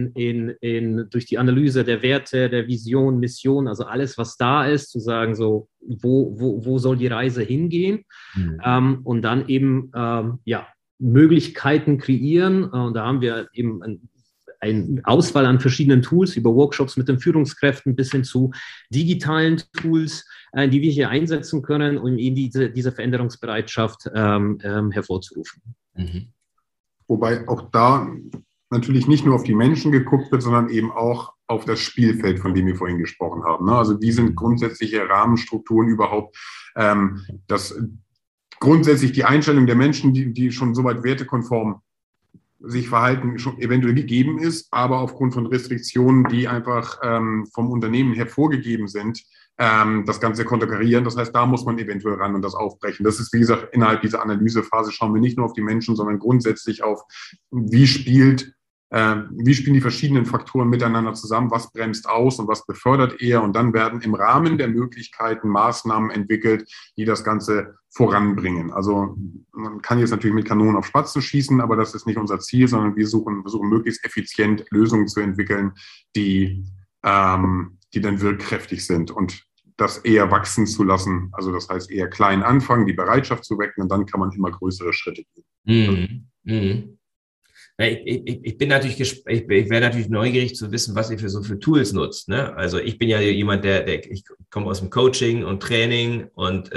durch die Analyse der Werte, der Vision, Mission, also alles, was da ist, zu sagen, so wo soll die Reise hingehen? Mhm. Und dann eben Möglichkeiten kreieren. Und da haben wir eben eine Auswahl an verschiedenen Tools, über Workshops mit den Führungskräften bis hin zu digitalen Tools, die wir hier einsetzen können, um eben diese Veränderungsbereitschaft hervorzurufen. Mhm. Wobei auch da natürlich nicht nur auf die Menschen geguckt wird, sondern eben auch auf das Spielfeld, von dem wir vorhin gesprochen haben. Ne? Also wie sind grundsätzliche Rahmenstrukturen überhaupt, dass grundsätzlich die Einstellung der Menschen, die schon soweit wertekonform sich verhalten, schon eventuell gegeben ist, aber aufgrund von Restriktionen, die einfach vom Unternehmen hervorgegeben sind, das Ganze konterkarieren. Das heißt, da muss man eventuell ran und das aufbrechen. Das ist, wie gesagt, innerhalb dieser Analysephase schauen wir nicht nur auf die Menschen, sondern grundsätzlich auf, wie spielen die verschiedenen Faktoren miteinander zusammen, was bremst aus und was befördert eher. Und dann werden im Rahmen der Möglichkeiten Maßnahmen entwickelt, die das Ganze voranbringen. Also man kann jetzt natürlich mit Kanonen auf Spatzen schießen, aber das ist nicht unser Ziel, sondern wir versuchen möglichst effizient Lösungen zu entwickeln, die dann wirkkräftig sind und das eher wachsen zu lassen. Also das heißt eher klein anfangen, die Bereitschaft zu wecken und dann kann man immer größere Schritte gehen. Mhm. Mhm. Ich wäre natürlich neugierig zu wissen, was ihr für Tools nutzt. Ne? Also ich bin ja jemand, ich komme aus dem Coaching und Training und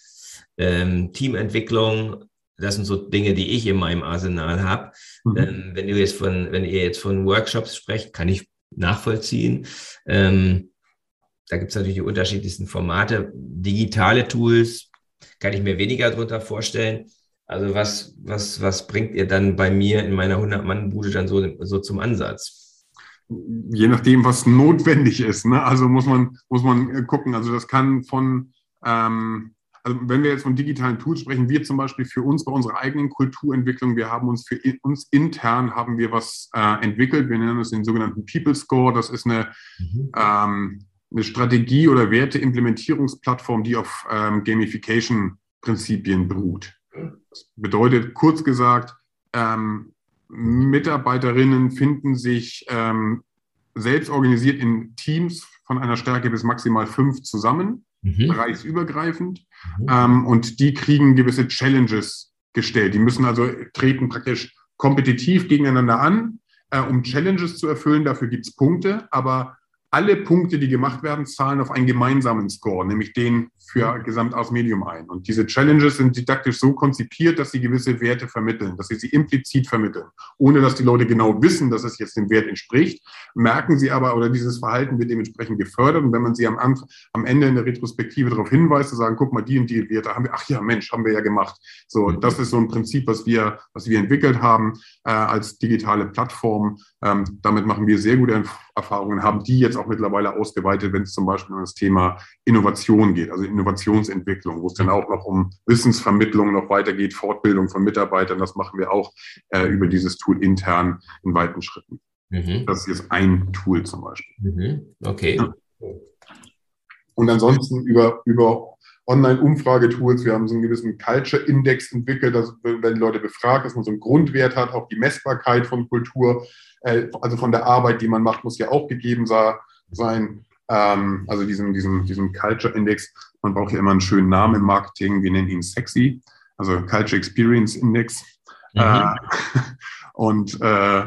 Teamentwicklung. Das sind so Dinge, die ich in meinem Arsenal habe. Mhm. Wenn ihr jetzt von Workshops sprecht, kann ich nachvollziehen. Da gibt es natürlich die unterschiedlichsten Formate. Digitale Tools kann ich mir weniger darunter vorstellen. Also was bringt ihr dann bei mir in meiner 100-Mann-Bude dann so zum Ansatz? Je nachdem, was notwendig ist. Ne? Also muss man gucken. Also das kann also wenn wir jetzt von digitalen Tools sprechen, wir zum Beispiel für uns bei unserer eigenen Kulturentwicklung, wir haben uns für uns intern was entwickelt. Wir nennen es den sogenannten People Score. Das ist eine Strategie- oder Werteimplementierungsplattform, die auf Gamification-Prinzipien beruht. Das bedeutet, kurz gesagt, Mitarbeiterinnen finden sich selbst organisiert in Teams von einer Stärke bis maximal 5 zusammen, bereichsübergreifend, und die kriegen gewisse Challenges gestellt. Die müssen treten praktisch kompetitiv gegeneinander an, um Challenges zu erfüllen. Dafür gibt es Punkte, aber alle Punkte, die gemacht werden, zahlen auf einen gemeinsamen Score, nämlich den für Gesamtaus Medium ein. Und diese Challenges sind didaktisch so konzipiert, dass sie gewisse Werte vermitteln, dass sie implizit vermitteln. Ohne dass die Leute genau wissen, dass es jetzt dem Wert entspricht, merken sie aber, oder dieses Verhalten wird dementsprechend gefördert. Und wenn man sie am Ende in der Retrospektive darauf hinweist, zu sagen, guck mal, die und die Werte haben wir, ach ja, Mensch, haben wir ja gemacht. So, das ist so ein Prinzip, was wir entwickelt haben als digitale Plattform. Damit machen wir sehr gute Erfahrungen, haben die jetzt auch mittlerweile ausgeweitet, wenn es zum Beispiel um das Thema Innovation geht, also Innovationsentwicklung, wo es dann auch noch um Wissensvermittlung noch weitergeht, Fortbildung von Mitarbeitern. Das machen wir auch über dieses Tool intern in weiten Schritten. Das ist jetzt ein Tool zum Beispiel. Okay. Ja. Und ansonsten über Online-Umfragetools. Wir haben so einen gewissen Culture-Index entwickelt, dass, wenn die Leute befragt, dass man so einen Grundwert hat, auch die Messbarkeit von Kultur, also von der Arbeit, die man macht, muss ja auch gegeben sein. Also diesem Culture-Index. Man braucht ja immer einen schönen Namen im Marketing. Wir nennen ihn sexy, also Culture Experience Index. Und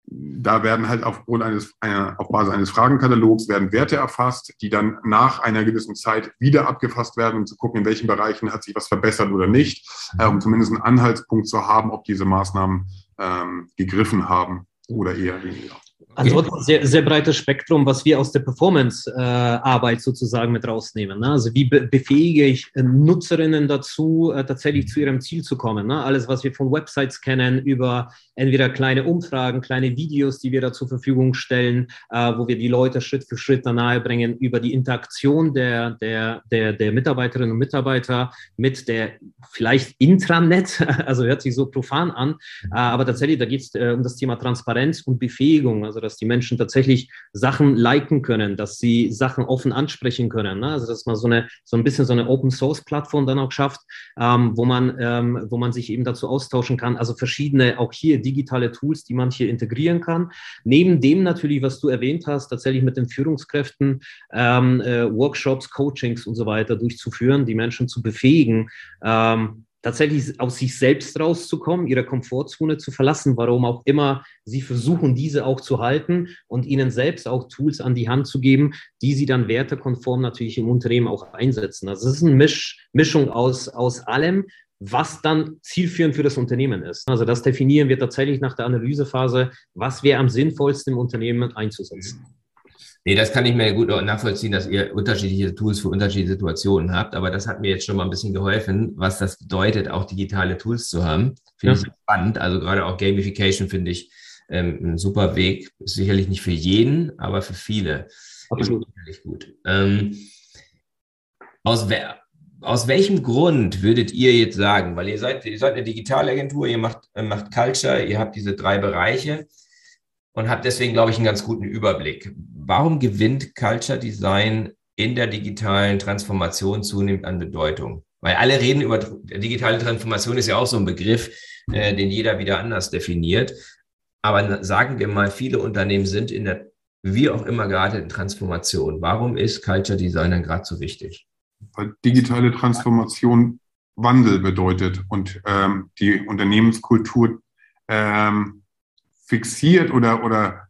da werden halt auf Basis eines Fragenkatalogs werden Werte erfasst, die dann nach einer gewissen Zeit wieder abgefasst werden, um zu gucken, in welchen Bereichen hat sich was verbessert oder nicht, um zumindest einen Anhaltspunkt zu haben, ob diese Maßnahmen gegriffen haben oder eher weniger. Ansonsten sehr, sehr breites Spektrum, was wir aus der Performance-Arbeit sozusagen mit rausnehmen. Ne? Also wie befähige ich Nutzerinnen dazu, tatsächlich zu ihrem Ziel zu kommen. Ne? Alles, was wir von Websites kennen, über entweder kleine Umfragen, kleine Videos, die wir da zur Verfügung stellen, wo wir die Leute Schritt für Schritt da nahe bringen, über die Interaktion der Mitarbeiterinnen und Mitarbeiter mit der vielleicht Intranet, also hört sich so profan an, aber tatsächlich, da geht es um das Thema Transparenz und Befähigung, also dass die Menschen tatsächlich Sachen liken können, dass sie Sachen offen ansprechen können. Ne? Also dass man so ein bisschen so eine Open-Source-Plattform dann auch schafft, wo man sich eben dazu austauschen kann. Also verschiedene, auch hier digitale Tools, die man hier integrieren kann. Neben dem natürlich, was du erwähnt hast, tatsächlich mit den Führungskräften Workshops, Coachings und so weiter durchzuführen, die Menschen zu befähigen, tatsächlich aus sich selbst rauszukommen, ihre Komfortzone zu verlassen, warum auch immer sie versuchen, diese auch zu halten und ihnen selbst auch Tools an die Hand zu geben, die sie dann wertekonform natürlich im Unternehmen auch einsetzen. Also es ist eine Mischung aus allem, was dann zielführend für das Unternehmen ist. Also das definieren wir tatsächlich nach der Analysephase, was wäre am sinnvollsten im Unternehmen einzusetzen. Nee, das kann ich mir gut nachvollziehen, dass ihr unterschiedliche Tools für unterschiedliche Situationen habt. Aber das hat mir jetzt schon mal ein bisschen geholfen, was das bedeutet, auch digitale Tools zu haben. Finde ich spannend. Also gerade auch Gamification finde ich ein super Weg. Ist sicherlich nicht für jeden, aber für viele. Absolut. Ist sicherlich gut. Aus welchem Grund würdet ihr jetzt sagen, weil ihr seid eine Digitalagentur, ihr macht Culture, ihr habt diese 3 Bereiche und habt deswegen, glaube ich, einen ganz guten Überblick. Warum gewinnt Culture Design in der digitalen Transformation zunehmend an Bedeutung? Weil alle reden über digitale Transformation, ist ja auch so ein Begriff, den jeder wieder anders definiert. Aber sagen wir mal, viele Unternehmen sind in der, wie auch immer, gerade in Transformation. Warum ist Culture Design dann gerade so wichtig? Weil digitale Transformation Wandel bedeutet und die Unternehmenskultur fixiert oder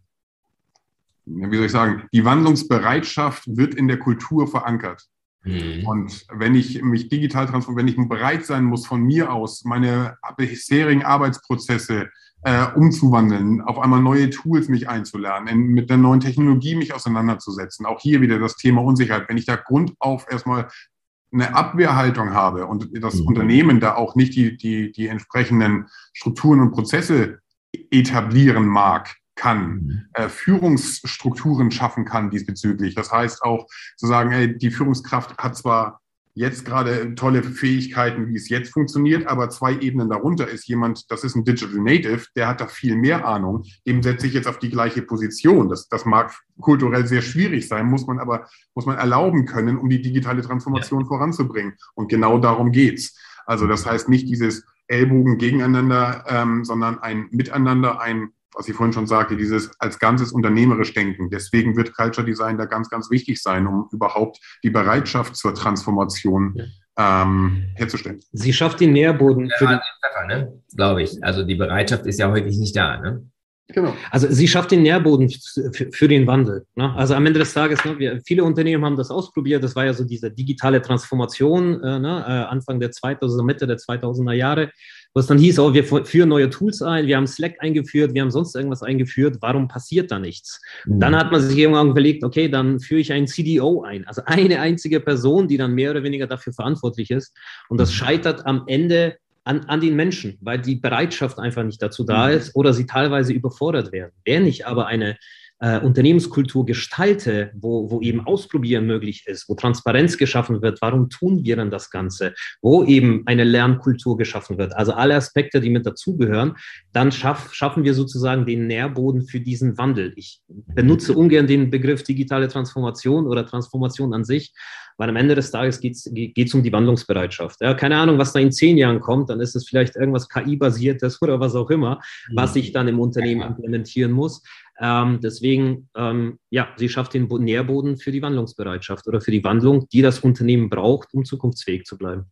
wie soll ich sagen, die Wandlungsbereitschaft wird in der Kultur verankert. Und wenn ich mich digital transformiere, wenn ich bereit sein muss, von mir aus meine bisherigen Arbeitsprozesse umzuwandeln, auf einmal neue Tools mich einzulernen, mit der neuen Technologie mich auseinanderzusetzen, auch hier wieder das Thema Unsicherheit. Wenn ich da grundauf erstmal eine Abwehrhaltung habe und das Unternehmen da auch nicht die entsprechenden Strukturen und Prozesse etablieren kann, Führungsstrukturen schaffen kann diesbezüglich. Das heißt auch zu sagen, die Führungskraft hat zwar jetzt gerade tolle Fähigkeiten, wie es jetzt funktioniert, aber 2 Ebenen darunter ist jemand, das ist ein Digital Native, der hat da viel mehr Ahnung, dem setze ich jetzt auf die gleiche Position. Das mag kulturell sehr schwierig sein, muss man erlauben können, um die digitale Transformation voranzubringen. Und genau darum geht's. Also das heißt nicht dieses Ellbogen gegeneinander, sondern ein Miteinander, was ich vorhin schon sagte, dieses als ganzes unternehmerisch denken. Deswegen wird Culture Design da ganz, ganz wichtig sein, um überhaupt die Bereitschaft zur Transformation herzustellen. Sie schafft den Nährboden für den Pfeffer, ne? Glaube ich. Also die Bereitschaft ist ja häufig nicht da, ne? Genau. Also sie schafft den Nährboden für den Wandel. Ne? Also am Ende des Tages, viele Unternehmen haben das ausprobiert. Das war ja so diese digitale Transformation Anfang der Mitte der 2000er Jahre, wo es dann hieß, wir führen neue Tools ein, wir haben Slack eingeführt, wir haben sonst irgendwas eingeführt. Warum passiert da nichts? Dann hat man sich irgendwann überlegt, okay, dann führe ich einen CDO ein. Also eine einzige Person, die dann mehr oder weniger dafür verantwortlich ist. Und das scheitert am Ende an den Menschen, weil die Bereitschaft einfach nicht dazu da ist oder sie teilweise überfordert werden. Wenn ich aber eine Unternehmenskultur gestalte, wo eben Ausprobieren möglich ist, wo Transparenz geschaffen wird, warum tun wir dann das Ganze, wo eben eine Lernkultur geschaffen wird, also alle Aspekte, die mit dazugehören, dann schaffen wir sozusagen den Nährboden für diesen Wandel. Ich benutze ungern den Begriff digitale Transformation oder Transformation an sich, weil am Ende des Tages geht's um die Wandlungsbereitschaft. Ja, keine Ahnung, was da in 10 Jahren kommt, dann ist es vielleicht irgendwas KI-basiertes oder was auch immer, was ich dann im Unternehmen implementieren muss. Deswegen, sie schafft den Nährboden für die Wandlungsbereitschaft oder für die Wandlung, die das Unternehmen braucht, um zukunftsfähig zu bleiben.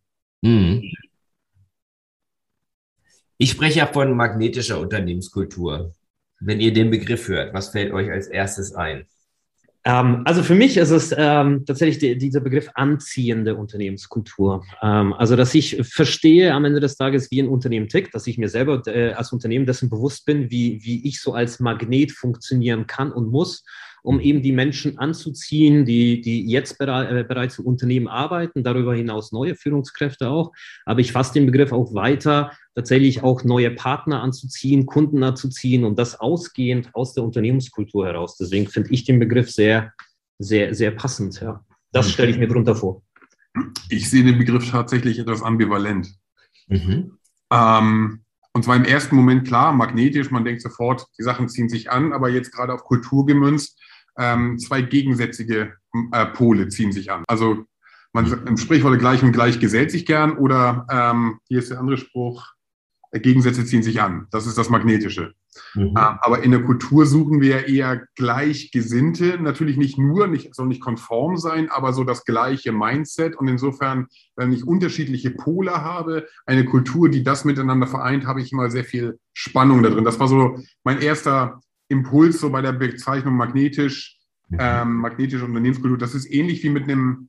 Ich spreche ja von magnetischer Unternehmenskultur. wenn ihr den Begriff hört? Was fällt euch als erstes ein? Also für mich ist es tatsächlich dieser Begriff anziehende Unternehmenskultur. Also dass ich verstehe am Ende des Tages, wie ein Unternehmen tickt, dass ich mir selber als Unternehmen dessen bewusst bin, wie ich so als Magnet funktionieren kann und muss, um eben die Menschen anzuziehen, die jetzt bereits im Unternehmen arbeiten, darüber hinaus neue Führungskräfte auch. Aber ich fasse den Begriff auch weiter, tatsächlich auch neue Partner anzuziehen, Kunden anzuziehen und das ausgehend aus der Unternehmenskultur heraus. Deswegen finde ich den Begriff sehr, sehr, sehr passend. Ja. Das stelle ich mir drunter vor. Ich sehe den Begriff tatsächlich etwas ambivalent. Und zwar im ersten Moment klar, magnetisch, man denkt sofort, die Sachen ziehen sich an, aber jetzt gerade auf Kultur gemünzt, zwei gegensätzliche Pole ziehen sich an. Also man sagt im Sprichwort gleich und gleich gesellt sich gern oder hier ist der andere Spruch, Gegensätze ziehen sich an. Das ist das Magnetische. Aber in der Kultur suchen wir eher Gleichgesinnte, natürlich nicht nur, soll nicht konform sein, aber so das gleiche Mindset. Und insofern, wenn ich unterschiedliche Pole habe, eine Kultur, die das miteinander vereint, habe ich immer sehr viel Spannung da drin. Das war so mein erster Impuls so bei der Bezeichnung magnetische Unternehmenskultur. Das ist ähnlich wie mit einem,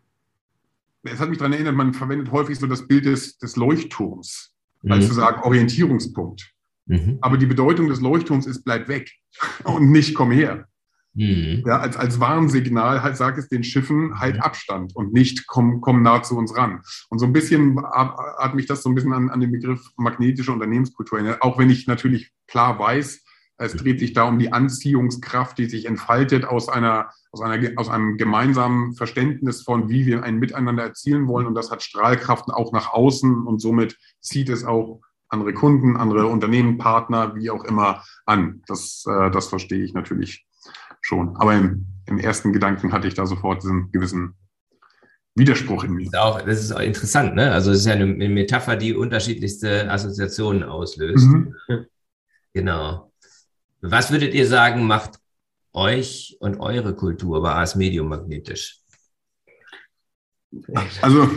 es hat mich daran erinnert, man verwendet häufig so das Bild des Leuchtturms, als zu sagen Orientierungspunkt. Aber die Bedeutung des Leuchtturms ist, bleib weg und nicht komm her. Ja, als Warnsignal halt sagt es den Schiffen, halt Abstand und nicht komm nah zu uns ran. Und so ein bisschen hat mich das so ein bisschen an den Begriff magnetische Unternehmenskultur erinnert, auch wenn ich natürlich klar weiß, es dreht sich da um die Anziehungskraft, die sich entfaltet aus einem gemeinsamen Verständnis von, wie wir ein Miteinander erzielen wollen. Und das hat Strahlkraft auch nach außen und somit zieht es auch andere Kunden, andere Unternehmen, Partner, wie auch immer an. Das verstehe ich natürlich schon. Aber im ersten Gedanken hatte ich da sofort diesen gewissen Widerspruch in mir. Das ist auch interessant, ne? Also es ist ja eine Metapher, die unterschiedlichste Assoziationen auslöst. Genau. Was würdet ihr sagen, macht euch und eure Kultur bei AS Medium magnetisch? Also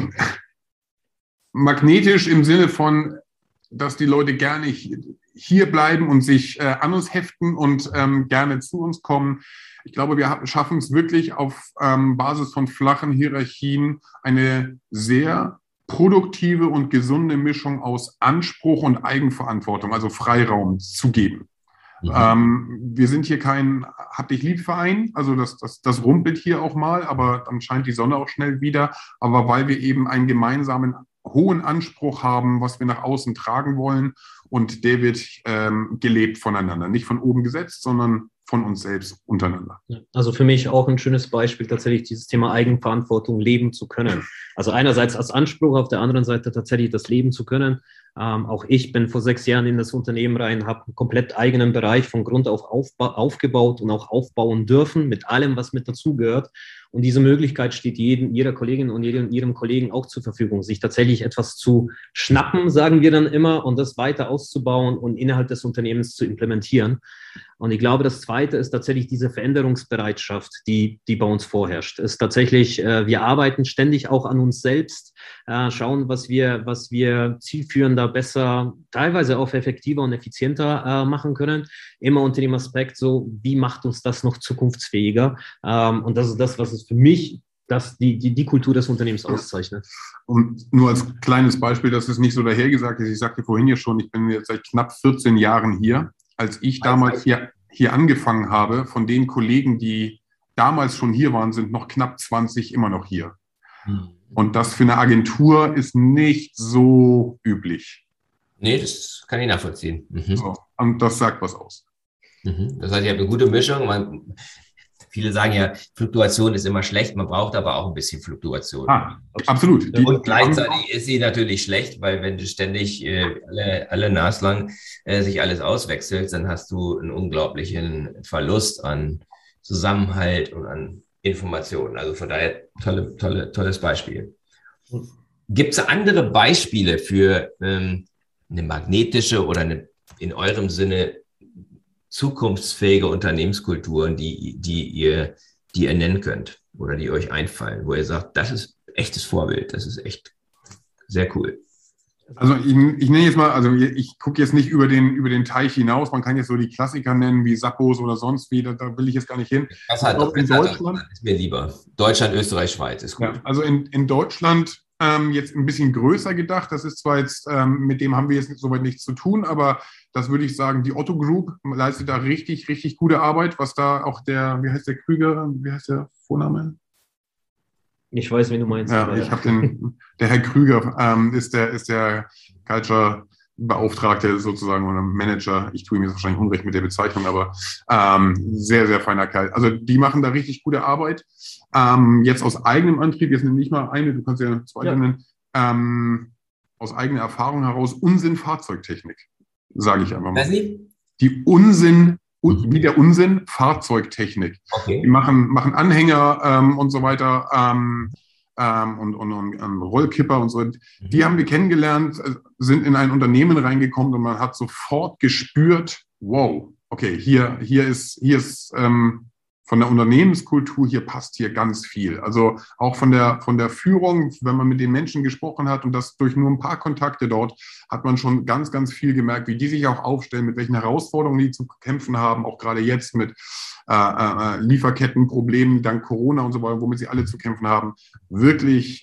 magnetisch im Sinne von, dass die Leute gerne hier bleiben und sich an uns heften und gerne zu uns kommen. Ich glaube, wir schaffen es wirklich auf Basis von flachen Hierarchien eine sehr produktive und gesunde Mischung aus Anspruch und Eigenverantwortung, also Freiraum zu geben. Wir sind hier kein Hab-dich-lieb-Verein, also das rumpelt hier auch mal, aber dann scheint die Sonne auch schnell wieder. Aber weil wir eben einen gemeinsamen hohen Anspruch haben, was wir nach außen tragen wollen und der wird gelebt voneinander. Nicht von oben gesetzt, sondern von uns selbst untereinander. Also für mich auch ein schönes Beispiel, tatsächlich dieses Thema Eigenverantwortung leben zu können. Also einerseits als Anspruch, auf der anderen Seite tatsächlich das leben zu können. Auch ich bin vor 6 Jahren in das Unternehmen rein, habe einen komplett eigenen Bereich von Grund auf aufgebaut und auch aufbauen dürfen, mit allem, was mit dazugehört. Und diese Möglichkeit steht jeder Kollegin und jedem Kollegen auch zur Verfügung, sich tatsächlich etwas zu schnappen, sagen wir dann immer, und das weiter auszubauen und innerhalb des Unternehmens zu implementieren. Und ich glaube, das Zweite ist tatsächlich diese Veränderungsbereitschaft, die bei uns vorherrscht. Ist tatsächlich, wir arbeiten ständig auch an uns selbst, schauen, was wir zielführender, besser, teilweise auch effektiver und effizienter machen können. Immer unter dem Aspekt so, wie macht uns das noch zukunftsfähiger? Und das ist das, was es für mich die Kultur des Unternehmens auszeichnet. Und nur als kleines Beispiel, dass es nicht so dahergesagt ist, ich sagte vorhin ja schon, ich bin jetzt seit knapp 14 Jahren hier. Als ich damals hier angefangen habe, von den Kollegen, die damals schon hier waren, sind noch knapp 20 immer noch hier. Und das für eine Agentur ist nicht so üblich. Nee, das kann ich nachvollziehen. So, und das sagt was aus. Das heißt, ihr habt eine gute Mischung. Viele sagen ja, Fluktuation ist immer schlecht, man braucht aber auch ein bisschen Fluktuation. Absolut. Und gleichzeitig ist sie natürlich schlecht, weil wenn du ständig alle naslang sich alles auswechselt, dann hast du einen unglaublichen Verlust an Zusammenhalt und an Informationen. Also von daher tolles Beispiel. Gibt es andere Beispiele für eine magnetische oder in eurem Sinne zukunftsfähige Unternehmenskulturen, die ihr nennen könnt oder die euch einfallen, wo ihr sagt, das ist echtes Vorbild, das ist echt sehr cool? Also ich nenne jetzt mal, also ich gucke jetzt nicht über den Teich hinaus. Man kann jetzt so die Klassiker nennen wie Sappos oder sonst wie. Da will ich jetzt gar nicht hin. Das hat doch, in Deutschland ist mir lieber. Deutschland, Österreich, Schweiz ist gut. Ja, also in Deutschland jetzt ein bisschen größer gedacht. Das ist zwar jetzt, mit dem haben wir jetzt soweit nichts zu tun, aber das würde ich sagen, die Otto Group leistet da richtig, richtig gute Arbeit, was da auch wie heißt der Krüger, wie heißt der Vorname? Ich weiß, wen du meinst. Ja, ich habe der Herr Krüger ist der Culture-Beauftragte sozusagen oder Manager. Ich tue ihm jetzt wahrscheinlich Unrecht mit der Bezeichnung, aber sehr, sehr feiner Kerl. Also die machen da richtig gute Arbeit. Jetzt aus eigenem Antrieb, jetzt nehme ich mal eine, du kannst ja zwei nennen, aus eigener Erfahrung heraus Unsinn-Fahrzeugtechnik, sage ich einfach mal. Die wie der Unsinn, Fahrzeugtechnik. Okay. Die machen Anhänger und so weiter und Rollkipper und so. Die haben wir kennengelernt, sind in ein Unternehmen reingekommen und man hat sofort gespürt, wow, okay, hier ist von der Unternehmenskultur, hier passt hier ganz viel. Also auch von der Führung, wenn man mit den Menschen gesprochen hat und das durch nur ein paar Kontakte dort, hat man schon ganz, ganz viel gemerkt, wie die sich auch aufstellen, mit welchen Herausforderungen die zu kämpfen haben, auch gerade jetzt mit Lieferkettenproblemen dank Corona und so weiter, womit sie alle zu kämpfen haben. Wirklich,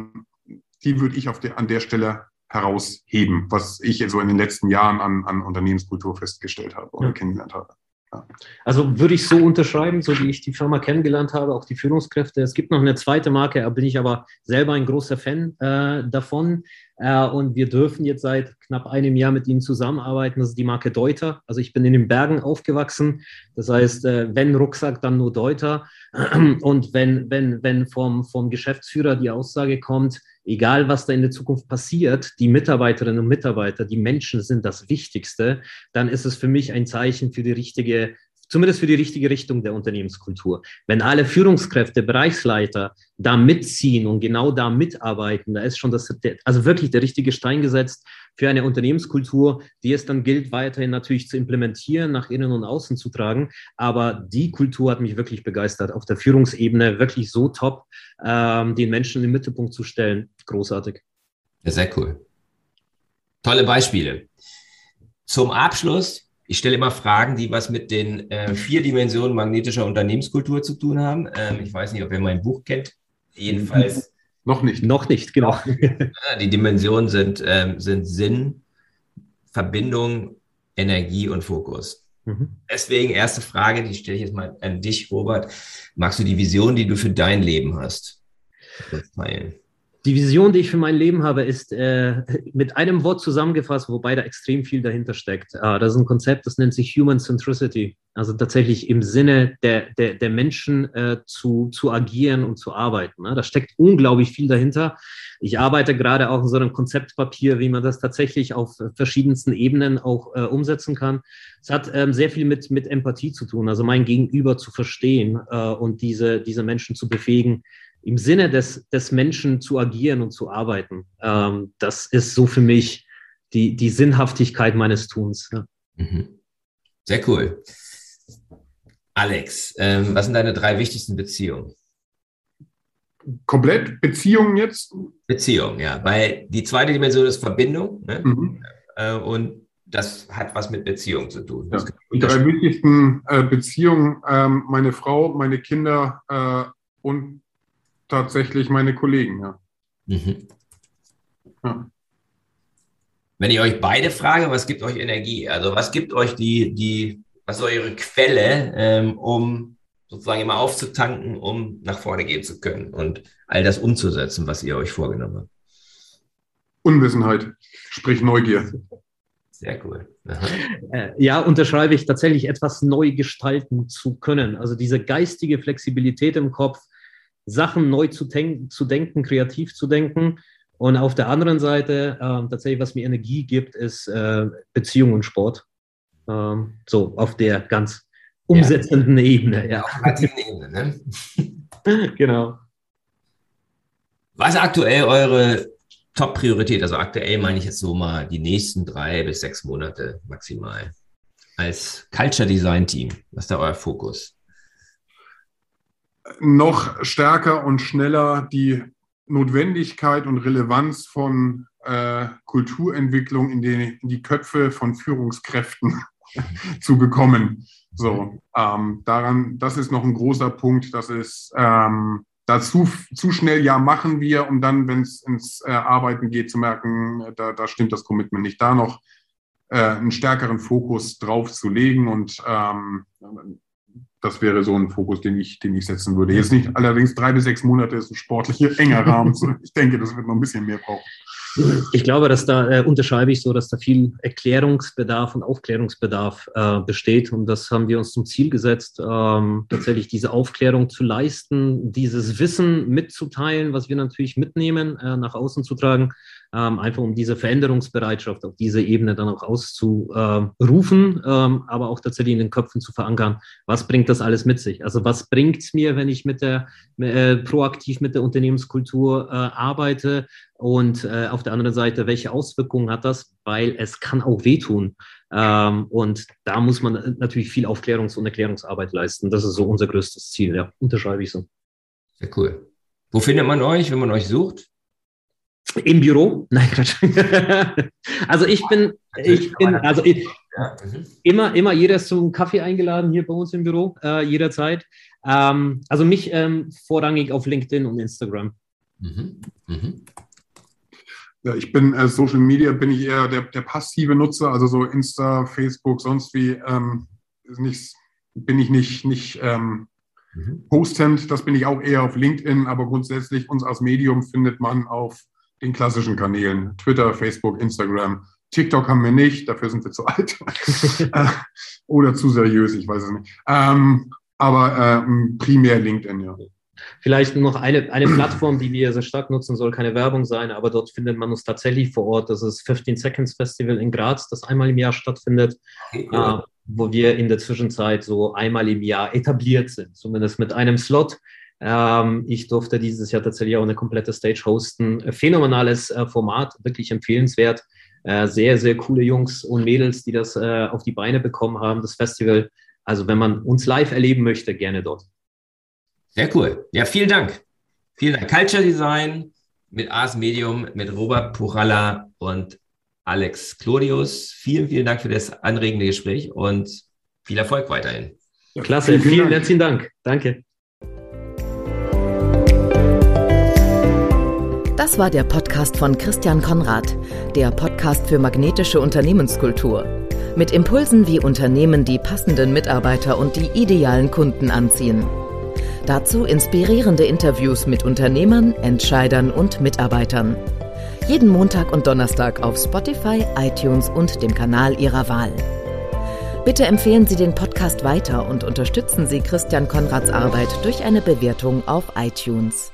die würde ich an der Stelle herausheben, was ich so in den letzten Jahren an Unternehmenskultur festgestellt habe oder kennengelernt habe. Also würde ich so unterschreiben, so wie ich die Firma kennengelernt habe, auch die Führungskräfte. Es gibt noch eine zweite Marke, da bin ich aber selber ein großer Fan davon. Und wir dürfen jetzt seit knapp einem Jahr mit ihnen zusammenarbeiten. Das ist die Marke Deuter. Also ich bin in den Bergen aufgewachsen. Das heißt, wenn Rucksack, dann nur Deuter. Und wenn vom Geschäftsführer die Aussage kommt, egal was da in der Zukunft passiert, die Mitarbeiterinnen und Mitarbeiter, die Menschen sind das Wichtigste, dann ist es für mich ein Zeichen für zumindest für die richtige Richtung der Unternehmenskultur. Wenn alle Führungskräfte, Bereichsleiter da mitziehen und genau da mitarbeiten, da ist schon also wirklich der richtige Stein gesetzt für eine Unternehmenskultur, die es dann gilt, weiterhin natürlich zu implementieren, nach innen und außen zu tragen. Aber die Kultur hat mich wirklich begeistert, auf der Führungsebene wirklich so top, den Menschen in den Mittelpunkt zu stellen. Großartig. Ja, sehr cool. Tolle Beispiele. Zum Abschluss, ich stelle immer Fragen, die was mit den 4 Dimensionen magnetischer Unternehmenskultur zu tun haben. Ich weiß nicht, ob ihr mein Buch kennt. Jedenfalls. Noch nicht, genau. Die Dimensionen sind Sinn, Verbindung, Energie und Fokus. Deswegen erste Frage, die stelle ich jetzt mal an dich, Robert. Magst du die Vision, die du für dein Leben hast, teilen? Die Vision, die ich für mein Leben habe, ist mit einem Wort zusammengefasst, wobei da extrem viel dahinter steckt. Das ist ein Konzept, das nennt sich Human Centricity. Also tatsächlich im Sinne der Menschen zu agieren und zu arbeiten. Da steckt unglaublich viel dahinter. Ich arbeite gerade auch in so einem Konzeptpapier, wie man das tatsächlich auf verschiedensten Ebenen auch umsetzen kann. Es hat sehr viel mit Empathie zu tun, also mein Gegenüber zu verstehen und diese Menschen zu befähigen, im Sinne des Menschen zu agieren und zu arbeiten. Das ist so für mich die Sinnhaftigkeit meines Tuns. Ja. Sehr cool. Alex, was sind deine 3 wichtigsten Beziehungen? Komplett Beziehungen jetzt? Beziehung, ja. Weil die zweite Dimension ist Verbindung. Ne? Und das hat was mit Beziehung zu tun. Ja. Die 3 wichtigsten Beziehungen, meine Frau, meine Kinder und tatsächlich meine Kollegen, ja. Ja. Wenn ich euch beide frage, was gibt euch Energie? Also was gibt euch was ist eure Quelle, um sozusagen immer aufzutanken, um nach vorne gehen zu können und all das umzusetzen, was ihr euch vorgenommen habt? Unwissenheit, sprich Neugier. Sehr cool. Ja, unterschreibe ich, tatsächlich etwas neu gestalten zu können. Also diese geistige Flexibilität im Kopf, Sachen neu zu denken, kreativ zu denken. Und auf der anderen Seite, tatsächlich, was mir Energie gibt, ist Beziehung und Sport. So auf der ganz umsetzenden Ebene. Ja. Auf der Ebene, ne? Genau. Was ist aktuell eure Top-Priorität? Also aktuell meine ich jetzt so mal die nächsten 3 bis 6 Monate maximal. Als Culture Design Team, was ist da euer Fokus? Noch stärker und schneller die Notwendigkeit und Relevanz von Kulturentwicklung in die Köpfe von Führungskräften zu bekommen. So, das ist noch ein großer Punkt, das ist dazu zu schnell, ja, machen wir, um dann, wenn es ins Arbeiten geht, zu merken, da stimmt das Commitment nicht. Da noch einen stärkeren Fokus drauf zu legen und das wäre so ein Fokus, den ich setzen würde. Jetzt nicht, allerdings 3 bis 6 Monate ist ein sportlicher, enger Rahmen. Ich denke, das wird noch ein bisschen mehr brauchen. Ich glaube, dass da unterschreibe ich so, dass da viel Erklärungsbedarf und Aufklärungsbedarf besteht. Und das haben wir uns zum Ziel gesetzt, tatsächlich diese Aufklärung zu leisten, dieses Wissen mitzuteilen, was wir natürlich mitnehmen, nach außen zu tragen, einfach um diese Veränderungsbereitschaft auf diese Ebene dann auch auszurufen, aber auch tatsächlich in den Köpfen zu verankern. Was bringt das alles mit sich? Also was bringt es mir, wenn ich proaktiv mit der Unternehmenskultur arbeite? Und auf der anderen Seite, welche Auswirkungen hat das? Weil es kann auch wehtun. Und da muss man natürlich viel Aufklärungs- und Erklärungsarbeit leisten. Das ist so unser größtes Ziel. Ja, unterschreibe ich so. Sehr cool. Wo findet man euch, wenn man euch sucht? Im Büro? Nein, Quatsch. Also immer jeder ist zum Kaffee eingeladen hier bei uns im Büro, jederzeit. Also mich vorrangig auf LinkedIn und Instagram. Ja, ich bin Social Media, bin ich eher der passive Nutzer, also so Insta, Facebook, sonst wie bin ich nicht postend, das bin ich auch eher auf LinkedIn, aber grundsätzlich uns als Medium findet man auf den klassischen Kanälen, Twitter, Facebook, Instagram. TikTok haben wir nicht, dafür sind wir zu alt oder zu seriös, ich weiß es nicht. Aber primär LinkedIn, ja. Vielleicht noch eine Plattform, die wir sehr stark nutzen, soll keine Werbung sein, aber dort findet man uns tatsächlich vor Ort. Das ist 15 Seconds Festival in Graz, das einmal im Jahr stattfindet, wo wir in der Zwischenzeit so einmal im Jahr etabliert sind, zumindest mit einem Slot. Ich durfte dieses Jahr tatsächlich auch eine komplette Stage hosten. Phänomenales Format, wirklich empfehlenswert. Sehr, sehr coole Jungs und Mädels, die das auf die Beine bekommen haben, das Festival. Also wenn man uns live erleben möchte, gerne dort. Sehr cool. Ja, vielen Dank. Vielen Dank. Culture Design mit Ars Medium, mit Robert Puralla und Alex Clodius. Vielen, vielen Dank für das anregende Gespräch und viel Erfolg weiterhin. Ja, klasse, vielen herzlichen Dank. Danke. Das war der Podcast von Christian Konrad, der Podcast für magnetische Unternehmenskultur. Mit Impulsen, wie Unternehmen die passenden Mitarbeiter und die idealen Kunden anziehen. Dazu inspirierende Interviews mit Unternehmern, Entscheidern und Mitarbeitern. Jeden Montag und Donnerstag auf Spotify, iTunes und dem Kanal Ihrer Wahl. Bitte empfehlen Sie den Podcast weiter und unterstützen Sie Christian Konrads Arbeit durch eine Bewertung auf iTunes.